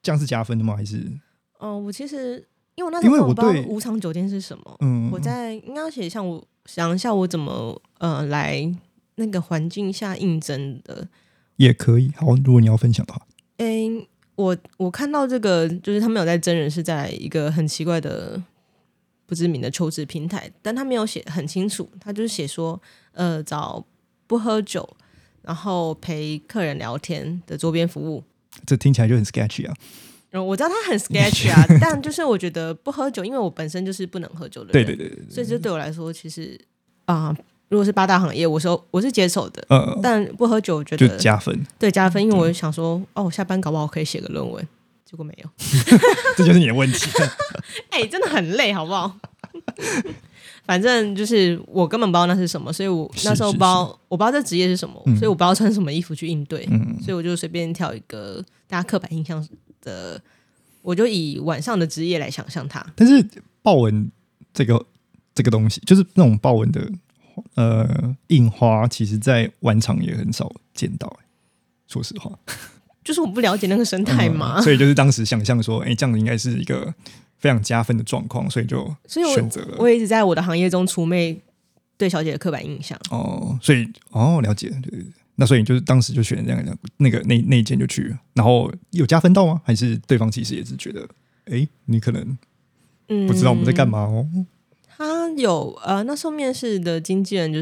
Speaker 1: 这样是加分的吗？还是？
Speaker 2: 哦、呃，我其实因为我那时候我不知道无偿酒店是什么，
Speaker 1: 嗯，
Speaker 2: 我在应该要写一下，我想一下我怎么呃来那个环境下应征的，
Speaker 1: 也可以。好，如果你要分享的话，
Speaker 2: 诶，我我看到这个就是他们有在真人是在一个很奇怪的不知名的求职平台，但他没有写很清楚，他就是写说呃找不喝酒，然后陪客人聊天的桌边服务。
Speaker 1: 这听起来就很 sketchy 啊。
Speaker 2: 嗯，我知道他很 sketchy 啊，但就是我觉得不喝酒，因为我本身就是不能喝酒的人，
Speaker 1: 对对对 对, 对，
Speaker 2: 所以这对我来说，其实啊、呃，如果是八大行业，我说我是接受的，
Speaker 1: 呃，
Speaker 2: 但不喝酒，我觉得
Speaker 1: 就加分，
Speaker 2: 对加分，因为我想说，哦，我下班搞不好可以写个论文，结果没有，
Speaker 1: 这就是你的问题。
Speaker 2: 哎、欸，真的很累，好不好？反正就是我根本不知道那是什么，所以我那时候不知道，是是是我不知道这职业是什么、嗯，所以我不知道穿什么衣服去应对，嗯、所以我就随便挑一个大家刻板印象的，我就以晚上的职业来想象它。
Speaker 1: 但是豹纹这个这个东西，就是那种豹纹的呃印花，其实在晚场也很少见到、欸。说实话，
Speaker 2: 就是我不了解那个生态嘛、
Speaker 1: 嗯，所以就是当时想象说，哎、欸，这样应该是一个非常加分的状况，所以就选择了。
Speaker 2: 我, 我也一直在我的行业中除魅对小姐的刻板印象。
Speaker 1: 哦，所以哦，了解，对对对。那所以就是当时就选这样的那个那那一间就去了，然后有加分到吗？还是对方其实也是觉得，哎、欸，你可能不知道我们在干嘛哦？嗯、
Speaker 2: 他有呃，那时候面试的经纪人就是，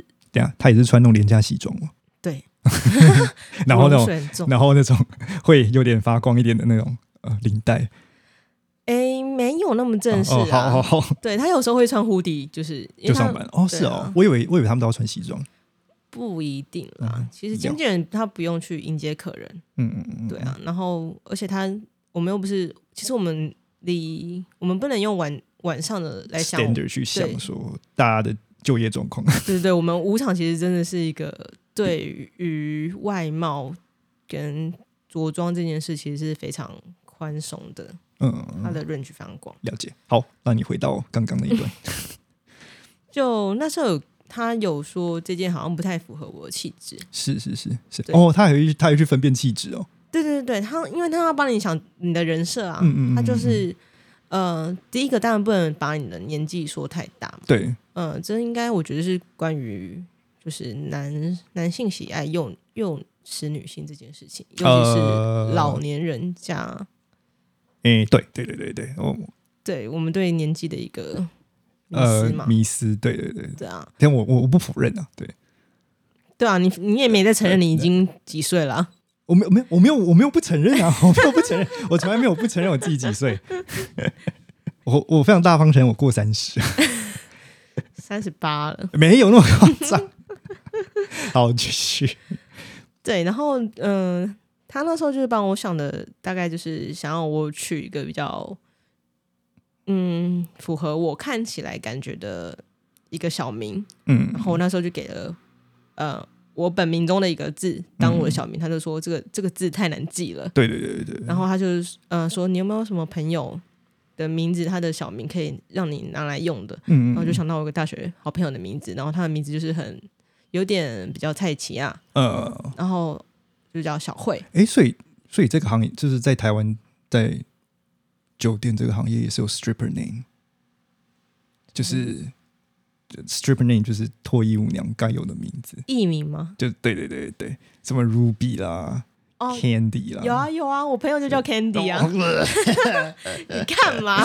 Speaker 1: 对啊，他也是穿那种廉价西装嘛，
Speaker 2: 对，
Speaker 1: 然后那种，然后那种会有点发光一点的那种呃领带。
Speaker 2: 哎、欸，没有那么正式啊。
Speaker 1: 哦，好好好，
Speaker 2: 对他有时候会穿hoodie，就是
Speaker 1: 就上班。哦，是哦，啊、我以为我以为他们都要穿西装。
Speaker 2: 不一定啦，嗯、其实经纪人他不用去迎接客人。嗯嗯嗯，对啊。然后，而且他我们又不是，其实我们离我们不能用晚晚上的来想
Speaker 1: standard 去想说大家的就业状况。
Speaker 2: 对对对，我们舞场其实真的是一个对于外貌跟着装这件事，其实是非常宽松的。嗯，他的 range 非常广。
Speaker 1: 了解。好，那你回到刚刚那一段。
Speaker 2: 就那时候有他有说这件好像不太符合我的气质。
Speaker 1: 是是是是。哦，他还会他还会去分辨气质哦。
Speaker 2: 对对对，他因为他要帮你想你的人设啊，嗯嗯嗯嗯他就是呃，第一个当然不能把你的年纪说太大嘛。
Speaker 1: 对。
Speaker 2: 嗯、呃，这应该我觉得是关于就是男男性喜爱幼幼齿女性这件事情，尤其是老年人家。呃
Speaker 1: 诶、欸，对对对对对，哦，
Speaker 2: 对我们对年纪的一个迷思嘛，
Speaker 1: 呃、迷思，对对对，
Speaker 2: 对啊，
Speaker 1: 但我我我不否认啊，对，
Speaker 2: 对啊，你你也没在承认你已经几岁了、啊，
Speaker 1: 我没有没有我没有我没有不承认啊，我没有不承认，我从来没有不承认我自己几岁，我我非常大方承认我过三十，
Speaker 2: 三十八了，
Speaker 1: 没有那么夸张，好继续，
Speaker 2: 对，然后嗯。呃他那时候就是帮我想的，大概就是想要我取一个比较，嗯，符合我看起来感觉的一个小名，嗯，然后我那时候就给了，呃，我本名中的一个字当我的小名，嗯、他就说这个这个字太难记了，
Speaker 1: 对对对对，
Speaker 2: 然后他就呃说你有没有什么朋友的名字，他的小名可以让你拿来用的，嗯，然后就想到我有个大学好朋友的名字，然后他的名字就是很有点比较菜奇啊，呃，然后。就叫小慧，
Speaker 1: 哎，所以所以这个行业就是在台湾，在酒店这个行业也是有 stripper name， 就是、嗯、就 stripper name 就是脱衣舞娘该有的名字，
Speaker 2: 艺名吗？
Speaker 1: 就对对对对，什么 Ruby 啦、哦、，Candy 啦，
Speaker 2: 有啊有啊，我朋友就叫 Candy 啊，你看嘛，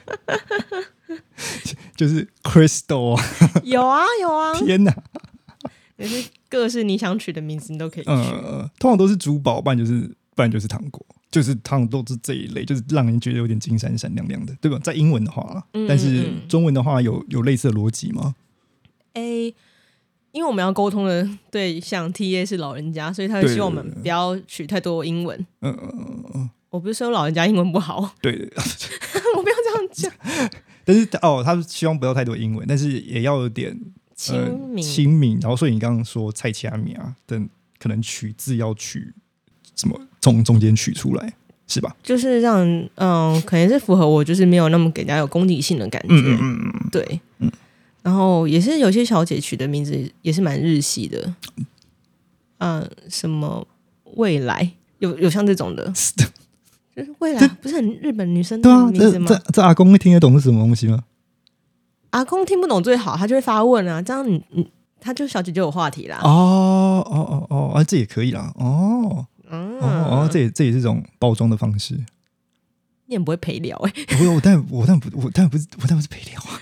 Speaker 1: 就是 Crystal，
Speaker 2: 有啊有啊，
Speaker 1: 天哪！
Speaker 2: 也是各式你想取的名字，你都可以取。
Speaker 1: 呃，通常都是珠宝，不然就是不然就是糖果，就是通常都是这一类，就是让人觉得有点金闪闪亮亮的，对吧？在英文的话，嗯、但是中文的话有有類似的邏輯嗎？
Speaker 2: 誒，因為我們要溝通的對象 T A 是老人家，所以他就希望我們不要取太多英文。嗯嗯嗯，我不是說老人家英文不好，
Speaker 1: 對對，
Speaker 2: 我不要這樣講。
Speaker 1: 但是哦，他希望不要太多英文，但是也要有點。
Speaker 2: 亲民，
Speaker 1: 亲民，然后所以你刚刚说蔡奇阿米啊等，可能取字要取什么从中间取出来，是吧？
Speaker 2: 就是让嗯，可能是符合我，就是没有那么给人家有攻击性的感觉，嗯嗯嗯，对，嗯，然后也是有些小姐取的名字也是蛮日系的，嗯、呃，什么未来有有像这种的， 就是未来不是很日本女生
Speaker 1: 对啊，
Speaker 2: 的名字吗？
Speaker 1: 这这这阿公会听得懂是什么东西吗？
Speaker 2: 阿公听不懂最好，他就会发问啊，这样你你他就小姐就有话题啦。
Speaker 1: 哦哦哦哦，啊，这也可以啦。哦，
Speaker 2: 嗯、
Speaker 1: 哦哦，这也这也是一种包装的方式。
Speaker 2: 你也不会陪聊哎、
Speaker 1: 欸，我我但我但不我但不是我但不是陪聊啊。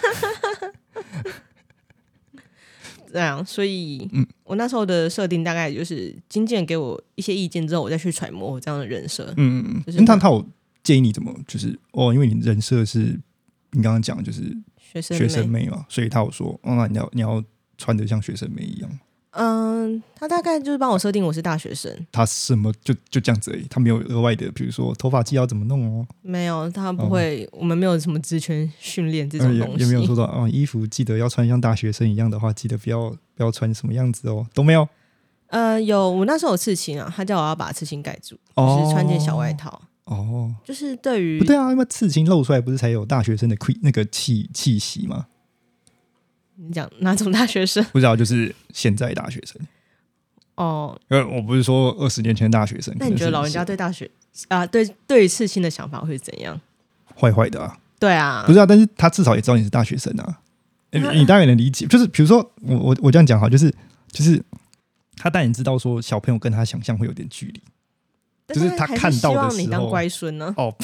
Speaker 2: 这样，所以，嗯，我那时候的设定大概就是经纪人给我一些意见之后，我再去揣摩我这样的人设。
Speaker 1: 嗯嗯，
Speaker 2: 就是
Speaker 1: 他他有建议你怎么就是哦，因为你人设是你刚刚讲就是
Speaker 2: 学生
Speaker 1: 学生妹嘛，所以他有说哦，那你要你要穿得像学生妹一样。
Speaker 2: 嗯，他大概就是帮我设定我是大学生，
Speaker 1: 他什么就就这样子而已，他没有额外的，比如说头发剂要怎么弄哦，
Speaker 2: 没有，他不会，哦、我们没有什么职权训练这种东西，
Speaker 1: 呃、也, 也没有说到哦，衣服记得要穿像大学生一样的话，记得不要不要穿什么样子哦，都没有。
Speaker 2: 呃，有，我那时候有刺青啊，他叫我要把刺青盖住，哦、就是穿件小外套。哦，就是对于
Speaker 1: 不对啊，因为刺青露出来不是才有大学生的那个气气息吗？
Speaker 2: 你讲哪种大学生？
Speaker 1: 不知道，就是现在大学生。哦，因为我不是说二十年前的大学生。
Speaker 2: 那你觉得老人家对大学啊，对对于刺青的想法会怎样？
Speaker 1: 坏坏的啊。
Speaker 2: 对啊，
Speaker 1: 不是啊，但是他至少也知道你是大学生啊，你, 你大概能理解。就是比如说我我我这样讲好，就是就是他当然知道说小朋友跟他想象会有点距离，就是他看到的时候，
Speaker 2: 希望你当乖孙呢。
Speaker 1: 哦，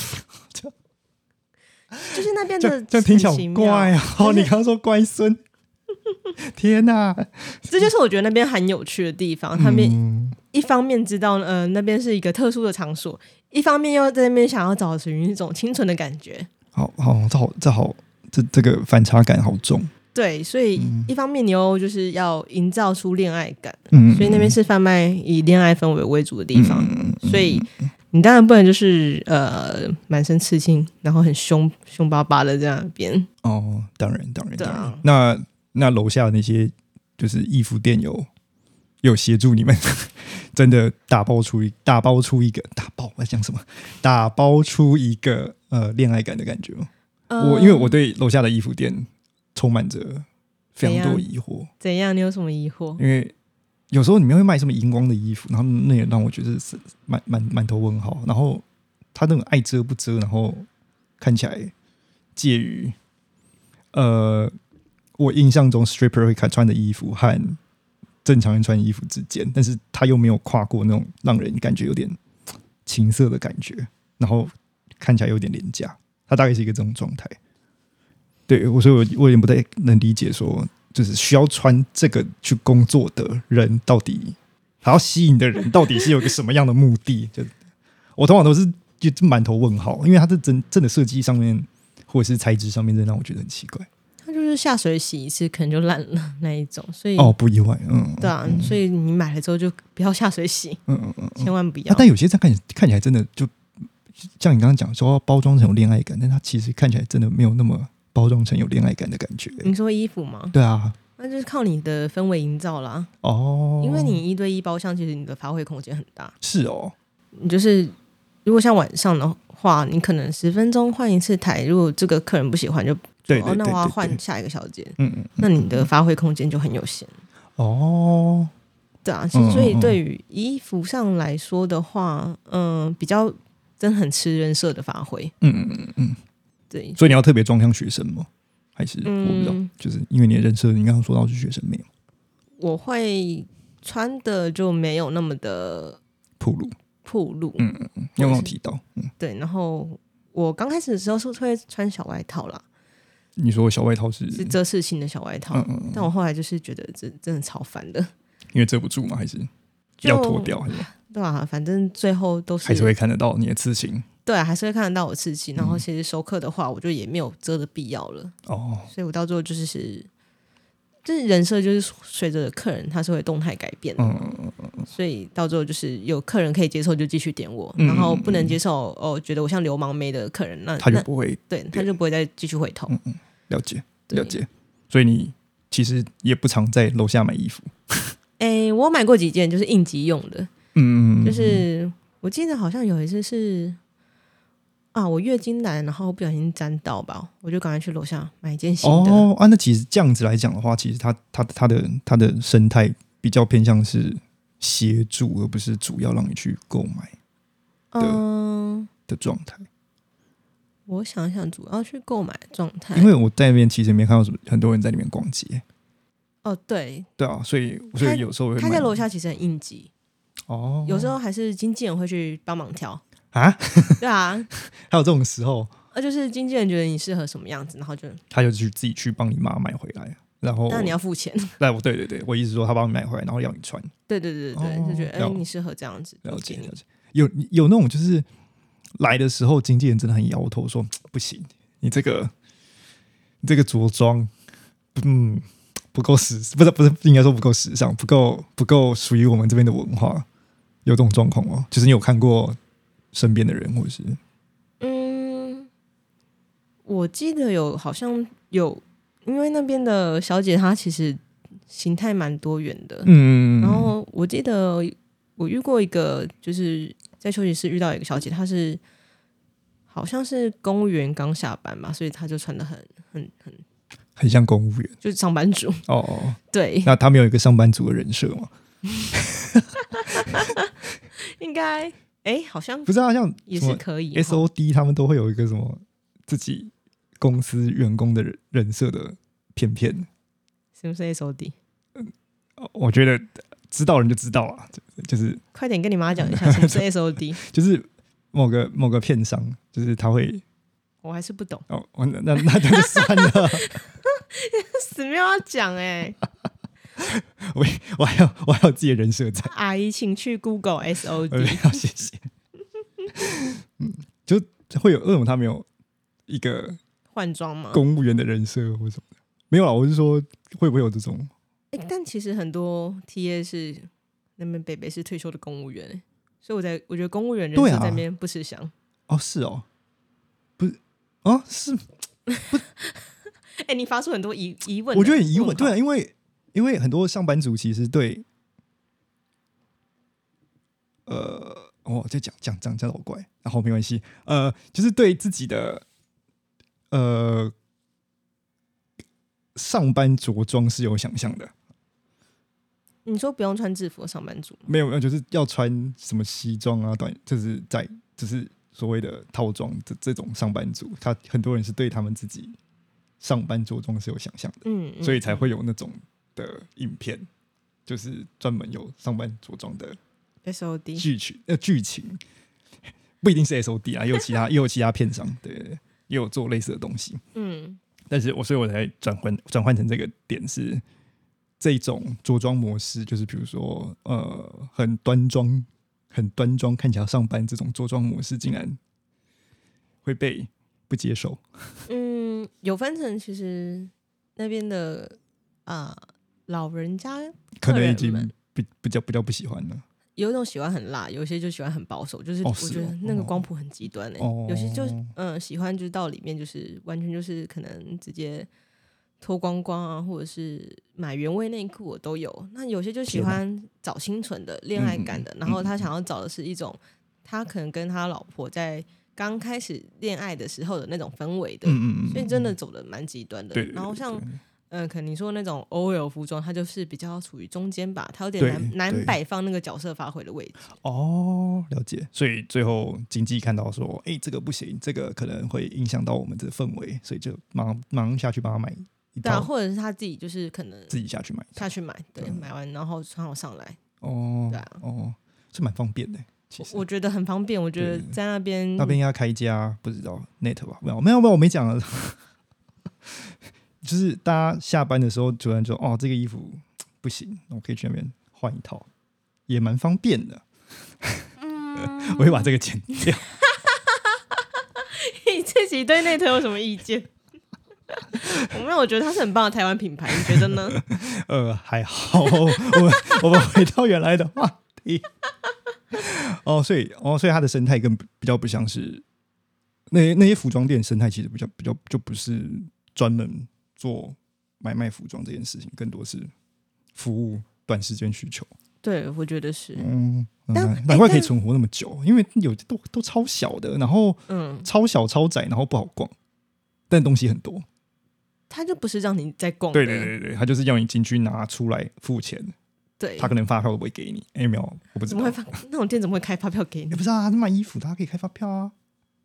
Speaker 2: 就是那边的
Speaker 1: 这样听起来好怪啊！哦，你刚刚说乖孙。天哪、啊，
Speaker 2: 这就是我觉得那边很有趣的地方。他们一方面知道，呃，那边是一个特殊的场所，一方面又在那边想要找寻一种清纯的感觉。
Speaker 1: 好好，这好，这好，这这个反差感好重。
Speaker 2: 对，所以一方面你又就是要营造出恋爱感，嗯、所以那边是贩卖以恋爱氛围为主的地方，嗯、所以你当然不能就是呃满身刺青，然后很凶凶巴巴的这样边。
Speaker 1: 哦，当然，当然，
Speaker 2: 对啊，
Speaker 1: 当然。那那楼下那些就是衣服店有有协助你们，真的打包出一大包出一个打包，我在讲什么？打包出一个呃恋爱感的感觉吗？呃、我因为我对楼下的衣服店充满着非常多疑惑。
Speaker 2: 怎样？你有什么疑惑？
Speaker 1: 因为有时候你们会卖什么荧光的衣服，然后那也让我觉得是满满满头问号。然后他那种爱遮不遮，然后看起来介于呃。我印象中 stripper 会穿的衣服和正常人穿的衣服之间，但是他又没有跨过那种让人感觉有点情色的感觉，然后看起来有点廉价，他大概是一个这种状态。对，我所以我我有点不太能理解说，就是需要穿这个去工作的人到底，他要吸引的人到底是有一个什么样的目的？就我通常都是就满头问号，因为他的真真的设计上面或者是材质上面，真的让我觉得很奇怪。
Speaker 2: 就是下水洗一次可能就烂了那一种，所以
Speaker 1: 哦不意外，嗯，
Speaker 2: 对啊，嗯、所以你买了之后就不要下水洗，嗯嗯嗯，千万不要。
Speaker 1: 啊、但有些看看起来真的就像你刚刚讲说包装成有恋爱感，但它其实看起来真的没有那么包装成有恋爱感的感觉。
Speaker 2: 你说衣服吗？
Speaker 1: 对啊，
Speaker 2: 那就是靠你的氛围营造啦。哦，因为你一对一包厢，其实你的发挥空间很大。
Speaker 1: 是哦，
Speaker 2: 你就是如果像晚上的话，你可能十分钟换一次台，如果这个客人不喜欢就。
Speaker 1: 对对对对对，
Speaker 2: 哦，那我要换下一个小姐。嗯嗯，那你的发挥空间就很有限。哦，对啊，其实所以对于衣服上来说的话，嗯、呃，比较真的很吃人设的发挥。嗯嗯嗯嗯，对。
Speaker 1: 所以你要特别装像学生吗？还是、嗯、我不知道，就是因为你的人设，你刚刚说到是学生妹嘛。
Speaker 2: 我会穿的就没有那么的
Speaker 1: 暴露，
Speaker 2: 暴露。
Speaker 1: 嗯嗯嗯，你有没有提到？嗯，
Speaker 2: 对。然后我刚开始的时候是会穿小外套啦。
Speaker 1: 你说小外套是
Speaker 2: 是遮式性的小外套，嗯嗯嗯，但我后来就是觉得这真的超烦的，
Speaker 1: 因为遮不住吗？还是要脱掉？还是
Speaker 2: 对啊，反正最后都是
Speaker 1: 还是会看得到你的刺青。
Speaker 2: 对啊，还是会看得到我刺青。然后其实熟客的话，我就也没有遮的必要了。哦，所以我到最后就是是，就是人设就是随着客人他是会动态改变的，嗯嗯嗯，所以到最后就是有客人可以接受就继续点我，嗯嗯嗯，然后不能接受哦，觉得我像流氓妹的客人，那
Speaker 1: 他就不会，
Speaker 2: 对，他就不会再继续回头。
Speaker 1: 嗯嗯，了解了解。所以你其实也不常在楼下买衣服。
Speaker 2: 哎、欸，我买过几件就是应急用的，嗯嗯，就是我记得好像有一次是啊，我月经来，然后不小心沾到吧，我就赶快去楼下买一件新的。
Speaker 1: 哦啊，那其实这样子来讲的话，其实它它它的它的生态比较偏向是协助，而不是主要让你去购买的的状态？
Speaker 2: 我想想，主要去购买状态，
Speaker 1: 因为我在那边其实没看到什么很多人在里面逛街。
Speaker 2: 哦，对，
Speaker 1: 对啊，所以所以有时候会
Speaker 2: 他在楼下其实很应急
Speaker 1: 哦，
Speaker 2: 有时候还是经纪人会去帮忙挑
Speaker 1: 啊，
Speaker 2: 对啊，
Speaker 1: 还有这种时候，
Speaker 2: 那就是经纪人觉得你适合什么样子，然后就
Speaker 1: 他就去自己去帮你妈买回来，然后
Speaker 2: 但你要付钱。
Speaker 1: 对对对对，我意思说他帮你买回来，然后要你穿。
Speaker 2: 对对对对，哦、就觉得哎、欸，你适合这样子。
Speaker 1: 了解了解，有有那种就是来的时候，经纪人真的很摇头说不行，你这个你这个着装，嗯。不够时，不是不是，应该说不够时尚，不够不够属于我们这边的文化，有这种状况吗？就是你有看过身边的人，或者是
Speaker 2: 嗯，我记得有，好像有，因为那边的小姐她其实形态蛮多元的，嗯，然后我记得我遇过一个，就是在休息室遇到一个小姐，她是好像是公务员刚下班嘛，所以她就穿得很很很。
Speaker 1: 很像公务员，
Speaker 2: 就是上班族
Speaker 1: 哦。
Speaker 2: 对，
Speaker 1: 那他们有一个上班族的人设吗？
Speaker 2: 应该，哎、欸，好像
Speaker 1: 不是啊，像
Speaker 2: 也是可以。
Speaker 1: S O D 他们都会有一个什么自己公司员工的人设的片片。
Speaker 2: 什么是 S O D？、
Speaker 1: 嗯、我觉得知道人就知道啊，就是快
Speaker 2: 点跟你妈讲一下什么是 S O D，
Speaker 1: 就是某个某个片商，就是他会。
Speaker 2: 我还是不懂
Speaker 1: 哦，那那那就算了，
Speaker 2: 死没有要讲哎、欸，
Speaker 1: 我我还有我还有自己的人设在。
Speaker 2: 阿姨，请去 Google S O D，
Speaker 1: 好谢谢。嗯，就会有为什么他没有一个
Speaker 2: 换装吗？
Speaker 1: 公务员的人设或什么的？没有啦，我是说会不会有这种？
Speaker 2: 哎、欸，但其实很多 T A 是那边北北是退休的公务员、欸，所以我在我觉得公务员人设在那边不吃香、啊。
Speaker 1: 哦，是哦，不是。啊，是不？
Speaker 2: 哎、欸，你发出很多疑疑问，
Speaker 1: 我觉得很疑问，对啊，因为因为很多上班族其实对，呃，哦，再讲讲讲讲老怪，然后没关系，呃，就是对自己的呃上班着装是有想象的。
Speaker 2: 你说不用穿制服的上班族？
Speaker 1: 没有没有，就是要穿什么西装啊，短，就是在就是。所谓的套装这这种上班族，他很多人是对他们自己上班着装是有想象的，嗯，嗯，所以才会有那种的影片，就是专门有上班着装的
Speaker 2: S O D
Speaker 1: 剧情呃剧情，不一定是 S O D 啊，也有其他也有其他片商，对，也有做类似的东西，嗯，但是我所以我才转换转换成这个点是这种着装模式，就是比如说呃很端庄。很端庄，看起来上班这种着装模式，竟然会被不接受。
Speaker 2: 嗯，有分成，其实那边的啊、呃、老人家
Speaker 1: 可能已经比比较比较不喜欢了。
Speaker 2: 有一种喜欢很辣，有些就喜欢很保守，就是我觉得那个光谱很极端、欸哦、有些就嗯喜欢就是到里面就是完全就是可能直接脱光光啊，或者是买原味内裤我都有。那有些就喜欢找清纯的恋爱感的、嗯、然后他想要找的是一种他可能跟他老婆在刚开始恋爱的时候的那种氛围的、嗯、所以真的走的蛮极端的。然后像嗯，可能你说那种 O L 服装，它就是比较处于中间吧，它有点难难摆放那个角色发挥的位置。
Speaker 1: 哦，了解。所以最后经纪看到说，哎、欸，这个不行，这个可能会影响到我们的氛围，所以就马上马上下去帮他买一套。
Speaker 2: 对啊，或者是他自己就是可能
Speaker 1: 自己下去买，
Speaker 2: 下去买，对，对买完然后穿好上来。
Speaker 1: 哦，
Speaker 2: 对啊，
Speaker 1: 哦，是蛮方便的。其实
Speaker 2: 我, 我觉得很方便，我觉得在那边
Speaker 1: 那边应该开一家不知道 Net 吧？没有没有没有，我没讲了。就是大家下班的时候，突然就哦，这个衣服不行，我可以去那边换一套，也蛮方便的。嗯、我会把这个剪掉。
Speaker 2: 你自己对内推有什么意见？我没有，我觉得它是很棒的台湾品牌，你觉得呢？
Speaker 1: 呃，还好。我们我们回到原来的话题。哦，所以哦，所以它的生态更比较不像是那那些服装店生态，其实比较比较就不是专门做买卖服装这件事情，更多是服务短时间需求。
Speaker 2: 对，我觉得是。
Speaker 1: 嗯，难难怪可以存活那么久，因为有都都超小的，然后嗯，超小超窄，然后不好逛，但东西很多。
Speaker 2: 他就不是让你在逛的，
Speaker 1: 对对对对，他就是要你进去拿出来付钱。
Speaker 2: 对，
Speaker 1: 他可能发票都不会给你。哎、欸，没有，我不知道。
Speaker 2: 怎么会发那种店怎么会开发票给你？
Speaker 1: 欸、不是啊，他卖衣服，他可以开发票啊。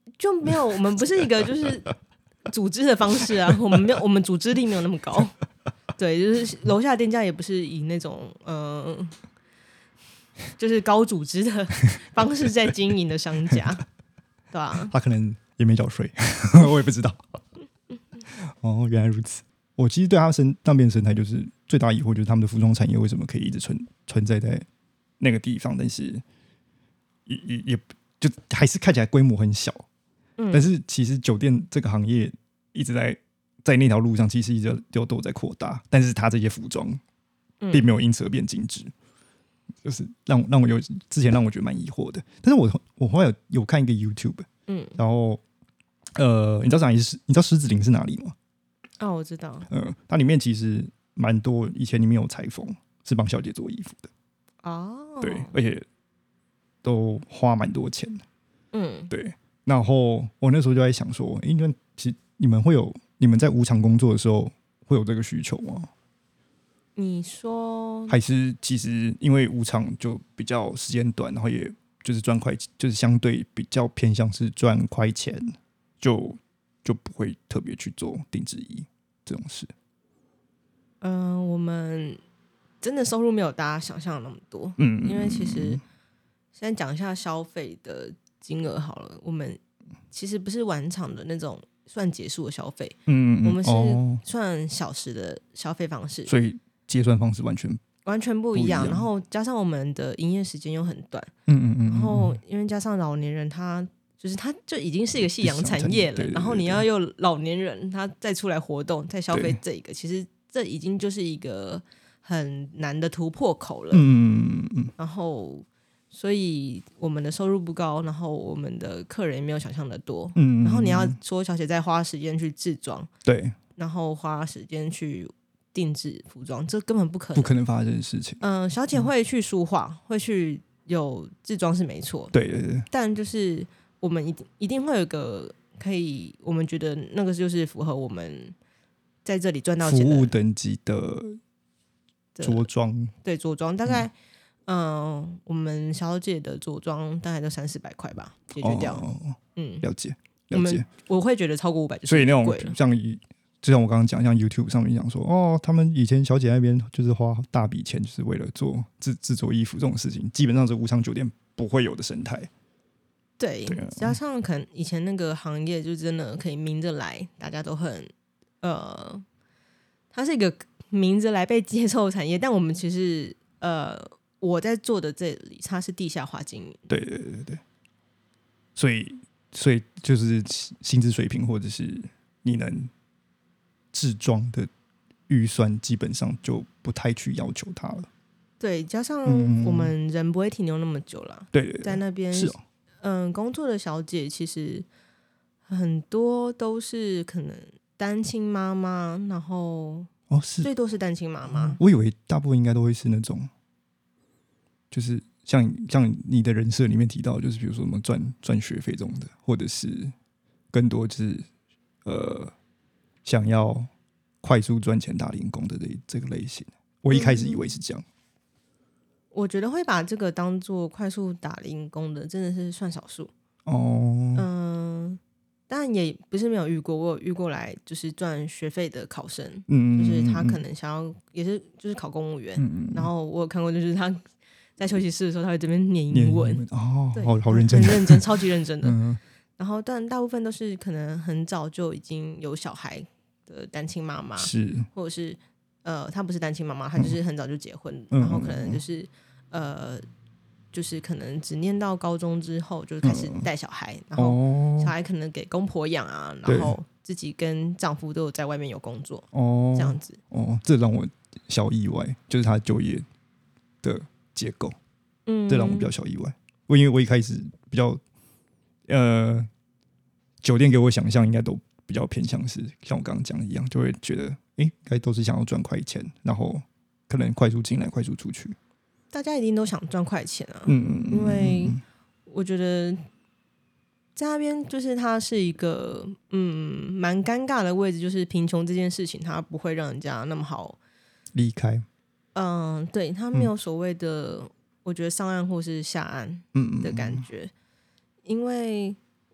Speaker 2: 就没有，我们不是一个就是组织的方式啊，我们没有，我们组织力没有那么高。对，就是楼下店家也不是以那种呃，就是高组织的方式在经营的商家，对吧、啊？
Speaker 1: 他可能也没缴税，我也不知道。哦，原来如此。我其实对他生那边生态就是最大疑惑，就是他们的服装产业为什么可以一直存存在在那个地方，但是也也也就还是看起来规模很小。嗯，但是其实酒店这个行业一直在在那条路上，其实一直都都在扩大，但是它这些服装并没有因此而变精致，嗯、就是让让我有之前让我觉得蛮疑惑的。但是我我后来有有看一个 YouTube， 嗯，然后呃，你知道哪里是你知道狮子林是哪里吗？
Speaker 2: 哦，我知道。
Speaker 1: 嗯、呃，它里面其实蛮多，以前里面有裁缝是帮小姐做衣服的。
Speaker 2: 哦，
Speaker 1: 对，而且都花蛮多钱的。
Speaker 2: 嗯，
Speaker 1: 对。然后我那时候就在想说，因为其实你们会有你们在舞场工作的时候会有这个需求吗？
Speaker 2: 你说
Speaker 1: 还是其实因为舞场就比较时间短，然后也就是赚快，就是相对比较偏向是赚快钱，就就不会特别去做定制衣这种事。
Speaker 2: 嗯、呃，我们真的收入没有大家想象的那么多。嗯，因为其实先讲一下消费的金额好了，我们其实不是晚场的那种算结束的消费，嗯，我们是算小时的消费方式，
Speaker 1: 哦、所以结算方式完全
Speaker 2: 完全不一样。然后加上我们的营业时间又很短，
Speaker 1: 嗯嗯嗯，
Speaker 2: 然后因为加上老年人他就是他就已经是一个夕阳产业了，对对对对，然后你要有老年人他再出来活动再消费这个，其实这已经就是一个很难的突破口了。嗯嗯嗯，然后所以我们的收入不高，然后我们的客人也没有想象的多。嗯，然后你要说小姐再花时间去制装，
Speaker 1: 对，
Speaker 2: 然后花时间去定制服装，这根本不可能，
Speaker 1: 不可能发生的事情。
Speaker 2: 嗯、呃，小姐会去梳化，嗯、会去有制装是没错，
Speaker 1: 对对对，
Speaker 2: 但就是我们一定一定会有个可以，我们觉得那个就是符合我们在这里赚到钱的
Speaker 1: 服务等级的着装，
Speaker 2: 对着装大概。嗯嗯、呃，我们小姐的着装大概都三四百块吧，解决掉。哦、
Speaker 1: 嗯，了解，了解。
Speaker 2: 我会觉得超过五百，
Speaker 1: 所以那种像就像我刚刚讲，像 YouTube 上面讲说，哦，他们以前小姐那边就是花大笔钱，就是为了做制制作衣服这种事情，基本上是无偿酒店不会有的生态。
Speaker 2: 对，对啊、加上可能以前那个行业就真的可以明着来，大家都很呃，它是一个明着来被接受的产业，但我们其实呃。我在做的这里，它是地下化经营。
Speaker 1: 对对对对，所以所以就是薪资水平或者是你能制装的预算，基本上就不太去要求它了。
Speaker 2: 对，加上我们人不会停留那么久了。
Speaker 1: 对、嗯、对对，
Speaker 2: 在那边是、哦、嗯，工作的小姐其实很多都是可能单亲妈妈，然后
Speaker 1: 哦是
Speaker 2: 最多是单亲妈妈、嗯。
Speaker 1: 我以为大部分应该都会是那种。就是像像你的人设里面提到，就是比如说什么赚赚学费这种的，或者是更多就是呃想要快速赚钱打零工的这这个类型。我一开始以为是这样。嗯、
Speaker 2: 我觉得会把这个当做快速打零工的，真的是算少数。
Speaker 1: 哦，
Speaker 2: 嗯，但也不是没有遇过，我有遇过来就是赚学费的考生，嗯，就是他可能想要也是就是考公务员，嗯、然后我有看过，就是他。在休息室的时候，他会这边念英文，
Speaker 1: 哦，好好认真，
Speaker 2: 很认真，超级认真的。嗯、然后，但大部分都是可能很早就已经有小孩的单亲妈妈，
Speaker 1: 是，
Speaker 2: 或者是呃，她不是单亲妈妈，她就是很早就结婚，嗯、然后可能就是呃，就是可能只念到高中之后就开始带小孩，嗯、然后小孩可能给公婆养啊，然后自己跟丈夫都有在外面有工作，哦，这样子。
Speaker 1: 哦，这让我小意外，就是他就业的。结构，嗯，这让我比较小意外。我因为我一开始比较，呃，酒店给我想象应该都比较偏向是像我刚刚讲的一样，就会觉得，哎，应该都是想要赚快钱，然后可能快速进来，快速出去。
Speaker 2: 大家一定都想赚快钱啊，嗯嗯，因为我觉得在那边就是它是一个嗯蛮尴尬的位置，就是贫穷这件事情，它不会让人家那么好
Speaker 1: 离开。
Speaker 2: 嗯，对，他没有所谓的，嗯、我觉得上岸或是下岸的感觉，嗯、因为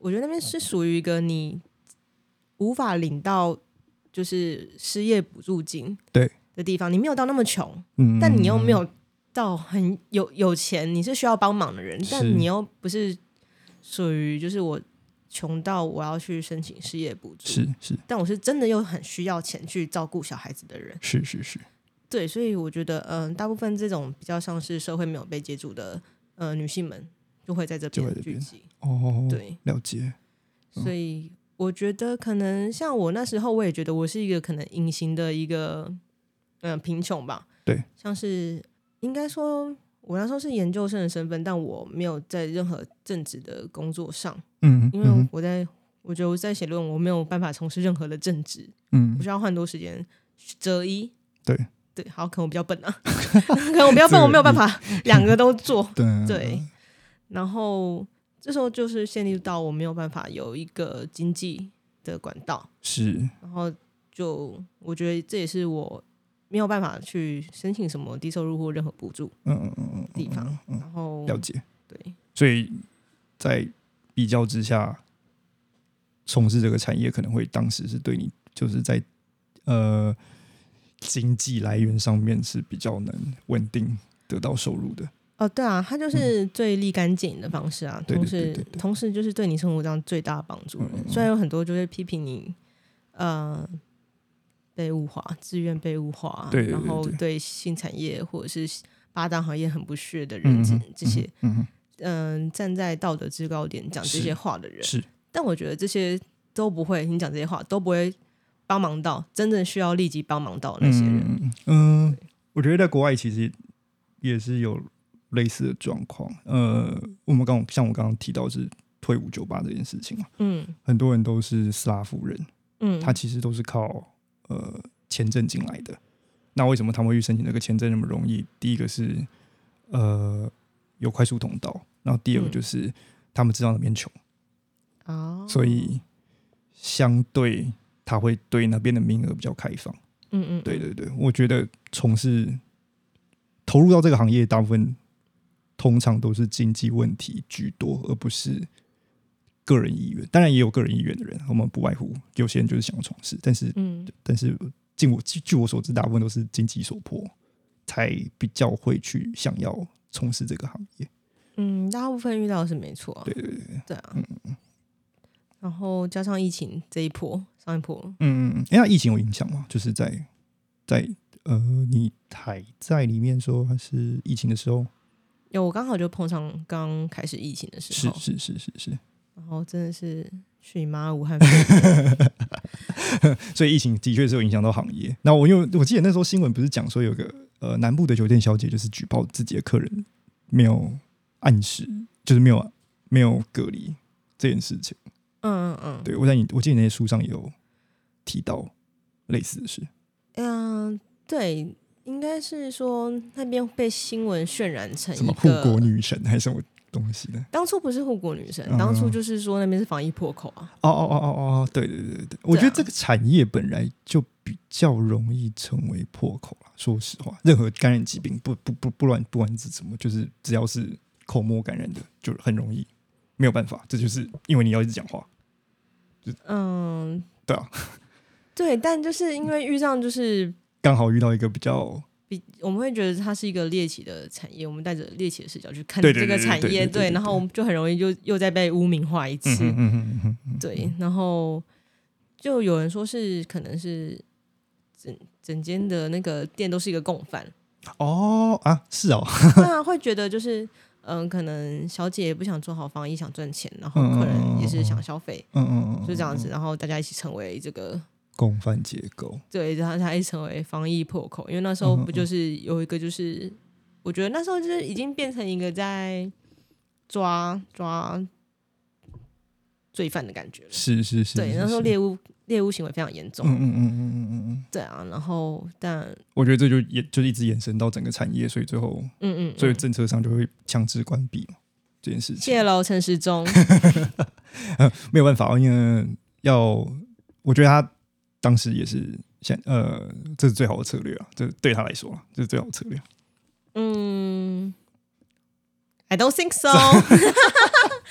Speaker 2: 我觉得那边是属于一个你无法领到就是失业补助金的地方，你没有到那么穷，嗯，但你又没有到很有有钱，你是需要帮忙的人，但你又不是属于就是我穷到我要去申请失业补助，
Speaker 1: 是是，
Speaker 2: 但我是真的又很需要钱去照顾小孩子的人，
Speaker 1: 是是是，
Speaker 2: 对，所以我觉得嗯、呃，大部分这种比较像是社会没有被接住的呃女性们就会在这边聚集。
Speaker 1: 哦，
Speaker 2: 对，
Speaker 1: 了解。
Speaker 2: 嗯、所以我觉得可能像我那时候，我也觉得我是一个可能隐形的一个嗯、呃、贫穷吧。
Speaker 1: 对，
Speaker 2: 像是应该说我那时候是研究生的身份，但我没有在任何正职的工作上。嗯，因为我在我觉得我在写论文，我没有办法从事任何的正职。嗯，我需要花很多时间择一。
Speaker 1: 对。
Speaker 2: 对，好，可能我比较笨啊，可能我比较笨，我没有办法两个都做。
Speaker 1: 对，
Speaker 2: 对，然后这时候就是陷入到我没有办法有一个经济的管道，
Speaker 1: 是，
Speaker 2: 然后就我觉得这也是我没有办法去申请什么低收入或任何补助嗯嗯嗯地方。嗯嗯嗯、然后
Speaker 1: 了解，
Speaker 2: 对，
Speaker 1: 所以在比较之下，从事这个产业可能会当时是对你就是在呃。经济来源上面是比较能稳定得到收入的
Speaker 2: 哦，对啊，它就是最立竿见影的方式啊，嗯、同时同时就是对你生活上最大的帮助。嗯嗯虽然有很多就会批评你，呃，被物化、自愿被物化，
Speaker 1: 对对对对
Speaker 2: 然后对性产业或者是八大行业很不屑的人，嗯、这些，嗯、呃，站在道德制高点讲这些话的人，
Speaker 1: 是，
Speaker 2: 但我觉得这些都不会，你讲这些话都不会。帮忙到真正需要立即帮忙到那些人，
Speaker 1: 嗯，嗯我觉得在国外其实也是有类似的状况。呃，我们刚像我刚刚提到是退伍酒吧这件事情嘛，嗯，很多人都是斯拉夫人，嗯，他其实都是靠呃签证进来的。那为什么他们会去申请这个签证那么容易？第一个是呃有快速通道，然后第二个就是他们知道那边穷，哦，所以相对。他会对那边的名额比较开放，嗯 嗯, 嗯，对对对，我觉得从事投入到这个行业，大部分通常都是经济问题居多，而不是个人意愿。当然也有个人意愿的人，我们不外乎有些人就是想要从事，但是，嗯，但是据我据我所知，大部分都是经济所迫，才比较会去想要从事这个行业。
Speaker 2: 嗯，大部分遇到的是没错、啊，
Speaker 1: 对对对，
Speaker 2: 对啊，嗯嗯。然后加上疫情这一波，上一波，
Speaker 1: 嗯嗯，那疫情有影响吗？就是在在呃，你还在里面说还是疫情的时候？
Speaker 2: 有，我刚好就碰上刚开始疫情的时候，
Speaker 1: 是是是是是。
Speaker 2: 然后真的是去你妈武汉肺炎，
Speaker 1: 所以疫情的确是有影响到行业。那我因为我记得那时候新闻不是讲说有个呃南部的酒店小姐就是举报自己的客人没有按时，就是没有没有隔离这件事情。嗯嗯嗯，对，我在你我记得那些书上也有提到类似的事。
Speaker 2: 嗯，对，应该是说那边被新闻渲染成
Speaker 1: 什么护国女神还是什么东西的。
Speaker 2: 当初不是护国女神，嗯、当初就是说那边是防疫破口啊。
Speaker 1: 哦哦哦哦哦，对对对对，我觉得这个产业本来就比较容易成为破口啦。说实话，任何感染疾病不不不不管不管是什么，就是只要是口沫感染的，就很容易。没有办法，这就是因为你要一直讲话。嗯，对啊，
Speaker 2: 对，但就是因为遇上就是
Speaker 1: 刚好遇到一个比较
Speaker 2: 比，我们会觉得它是一个猎奇的产业，我们带着猎奇的视角去看这个产业，对，然后我们就很容易就又再被污名化一次，嗯嗯嗯嗯嗯对，然后就有人说是可能是整整间的那个店都是一个共犯
Speaker 1: 哦啊，是哦，
Speaker 2: 那会觉得就是。嗯，可能小姐也不想做好防疫，想赚钱，然后客人也是想消费，嗯嗯嗯，就这样子，然后大家一起成为这个
Speaker 1: 共犯结构，
Speaker 2: 对，然后他一起成为防疫破口，因为那时候不就是有一个就是，嗯嗯我觉得那时候就是已经变成一个在抓抓罪犯的感觉了，
Speaker 1: 是是是，
Speaker 2: 对，那时候猎物猎物行为非常严重，嗯嗯嗯嗯嗯嗯嗯，对啊，然后但
Speaker 1: 我觉得这就也就一直延伸到整个产业，所以最后嗯嗯，所以政策上就会强制关闭嘛这件事情。
Speaker 2: 谢喽，陈时中，
Speaker 1: 没有办法，因为要我觉得他当时也是想呃，这是最好的策略啊，这对他来说这是最好的策略。
Speaker 2: 嗯 ，I don't think so 。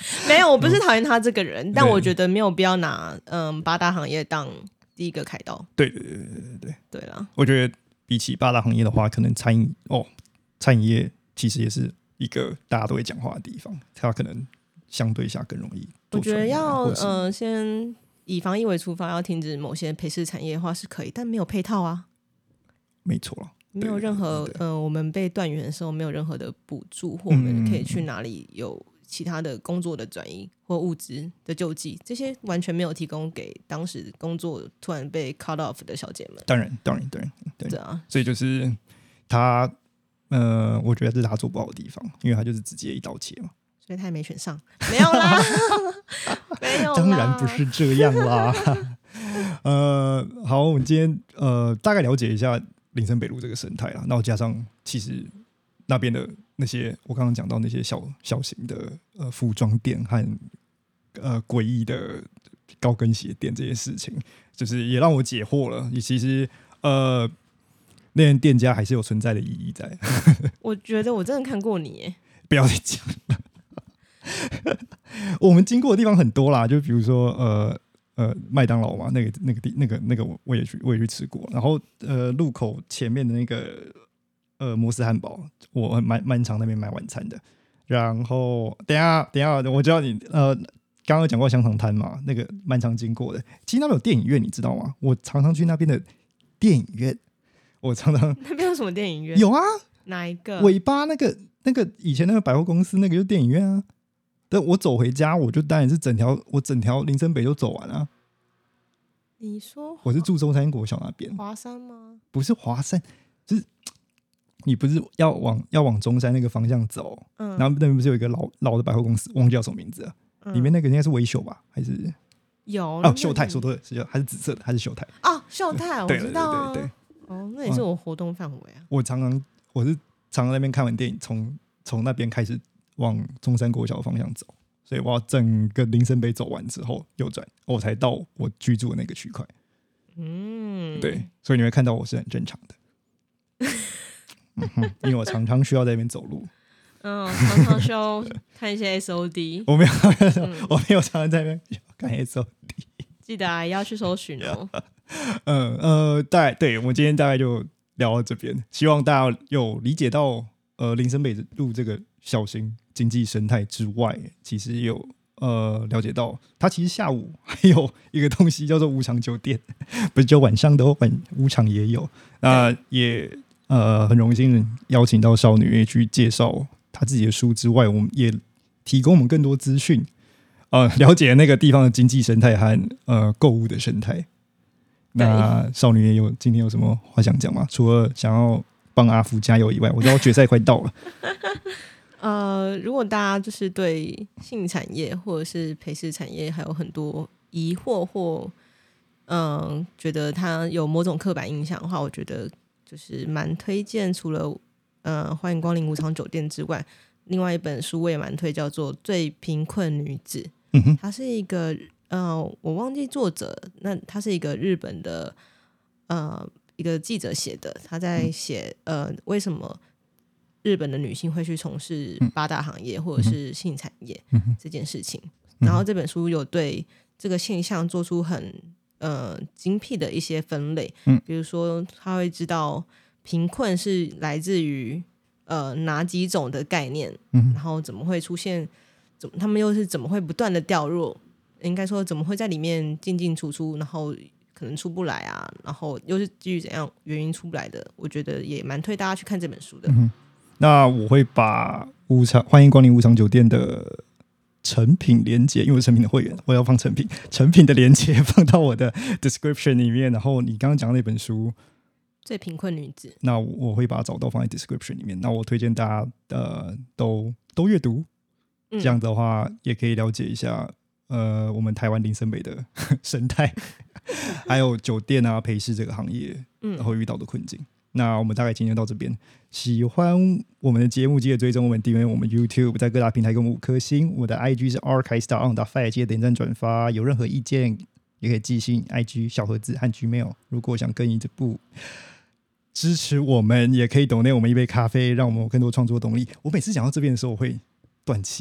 Speaker 2: 没有，我不是讨厌他这个人，但我觉得没有必要拿嗯八大行业当第一个开刀。
Speaker 1: 对对对对对对
Speaker 2: 对啦，
Speaker 1: 我觉得比起八大行业的话，可能餐饮哦，餐饮业其实也是一个大家都会讲话的地方，它可能相对下更容易。
Speaker 2: 我觉得要呃先以防疫为出发，要停止某些陪侍产业的话是可以，但没有配套啊。
Speaker 1: 没错了。
Speaker 2: 没有任何呃，我们被断源的时候没有任何的补助，或我们可以去哪里有其他的工作的转移或物资的救济，这些完全没有提供给当时工作突然被 cut off 的小姐们。
Speaker 1: 当然，当然，当然，对
Speaker 2: 对啊，
Speaker 1: 所以就是他，呃，我觉得这是他做不好的地方，因为他就是直接一刀切嘛，
Speaker 2: 所以他也没选上，没有啦，没有啦，
Speaker 1: 当然不是这样啦。呃，好，我们今天呃大概了解一下林森北路这个生态啦，然后加上其实那边的那些我刚刚讲到那些小小型的呃服装店和呃诡异的高跟鞋店这些事情，就是也让我解惑了。也其实呃那间店家还是有存在的意义在。
Speaker 2: 我觉得我真的看过你耶，
Speaker 1: 不要再讲了。我们经过的地方很多啦，就比如说呃。呃，麦当劳嘛，那个、那个地、那个、那个，我也去，我也去吃过。然后，呃，路口前面的那个呃摩斯汉堡，我蛮蛮常那边买晚餐的。然后，等一下，等一下，我知道你呃，刚刚讲过香肠摊嘛，那个蛮常经过的。其实那边有电影院，你知道吗？我常常去那边的电影院，我常常
Speaker 2: 那边有什么电影院？
Speaker 1: 有啊，
Speaker 2: 哪一个？
Speaker 1: 尾巴那个那个以前那个百货公司那个就是电影院啊。但我走回家，我就当然是整条我整条林森北都走完了、啊。
Speaker 2: 你说
Speaker 1: 我是住中山国小那边，
Speaker 2: 华山吗？
Speaker 1: 不是华山，就是你不是要往要往中山那个方向走，嗯，然后那边不是有一个老老的百货公司，忘记叫什么名字了，嗯、里面那个应该是维秀吧，还是
Speaker 2: 有
Speaker 1: 哦秀泰，说对了，是还是紫色的，还是秀泰？
Speaker 2: 哦，秀泰，我知道、啊，
Speaker 1: 对对对对，
Speaker 2: 哦，那也是我活动范围啊。
Speaker 1: 我常常我是常常那边看完电影，从从那边开始。往中山国小的方向走，所以我要整个林森北走完之后右转，我才到我居住的那个区块。嗯，对，所以你会看到我是很正常的，嗯哼，因为我常常需要在那边走路。
Speaker 2: 嗯，常常需要看一些 S O D。
Speaker 1: 我没有，嗯、我没有常常在那边看 S O D。
Speaker 2: 记得啊，要去搜寻哦。
Speaker 1: 嗯呃，大概对我们今天大概就聊到这边，希望大家有理解到呃林森北路这个小型经济生态之外，其实有呃了解到，它其实下午还有一个东西叫做无偿酒店，不是就晚上的晚无偿也有。那也呃很荣幸邀请到少女去介绍她自己的书之外，我们也提供我们更多资讯，呃了解那个地方的经济生态和呃购物的生态。那少女也有今天有什么话想讲吗？除了想要帮阿福加油以外，我知道决赛快到了。
Speaker 2: 呃，如果大家就是对性产业或者是陪侍产业还有很多疑惑或嗯、呃、觉得它有某种刻板印象的话，我觉得就是蛮推荐。除了呃欢迎光临无偿酒店之外，另外一本书我也蛮推，叫做《最贫困女子》。嗯、它是一个呃我忘记作者，那它是一个日本的呃一个记者写的，他在写呃为什么日本的女性会去从事八大行业或者是性产业这件事情，然后这本书有对这个现象做出很呃精辟的一些分类，比如说他会知道贫困是来自于呃哪几种的概念，然后怎么会出现，怎么他们又是怎么会不断的掉落，应该说怎么会在里面进进出出，然后可能出不来啊，然后又是基于怎样原因出不来的，我觉得也蛮推大家去看这本书的。嗯，
Speaker 1: 那我会把无偿欢迎光临无偿酒店的成品连结，因为我是成品的会员，我要放成品成品的连结放到我的 description 里面。然后你刚刚讲的那本书
Speaker 2: 最贫困女子，
Speaker 1: 那我会把它找到放在 description 里面。那我推荐大家呃都都阅读，这样的话也可以了解一下呃我们台湾林森北的生态，还有酒店啊陪侍这个行业然后遇到的困境。那我们大概今天到这边，喜欢我们的节目记得追踪我们订阅我们 YouTube， 在各大平台给我们五颗星。我的 I G 是 r k star on f i 记得点赞转发，有任何意见也可以寄信 I G 小盒子和 Gmail。如果想更进一步支持我们，也可以 donate 我们一杯咖啡，让我们有更多创作动力。我每次讲到这边的时候我会断气，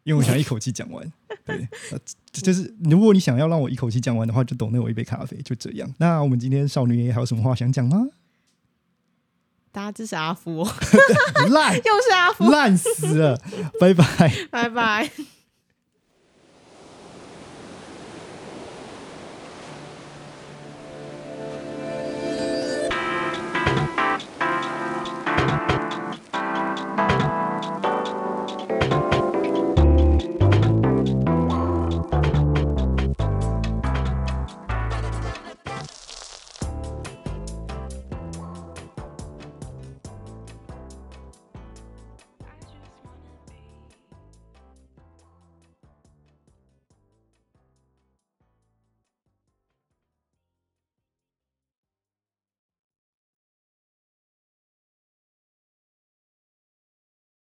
Speaker 1: 因为我想一口气讲完。对、呃，就是如果你想要让我一口气讲完的话，就抖内我一杯咖啡，就这样。那我们今天少女爷还有什么话想讲吗？
Speaker 2: 大家支持阿夫、哦，
Speaker 1: 烂，
Speaker 2: 又是阿夫，
Speaker 1: 烂死了，拜拜，
Speaker 2: 拜拜。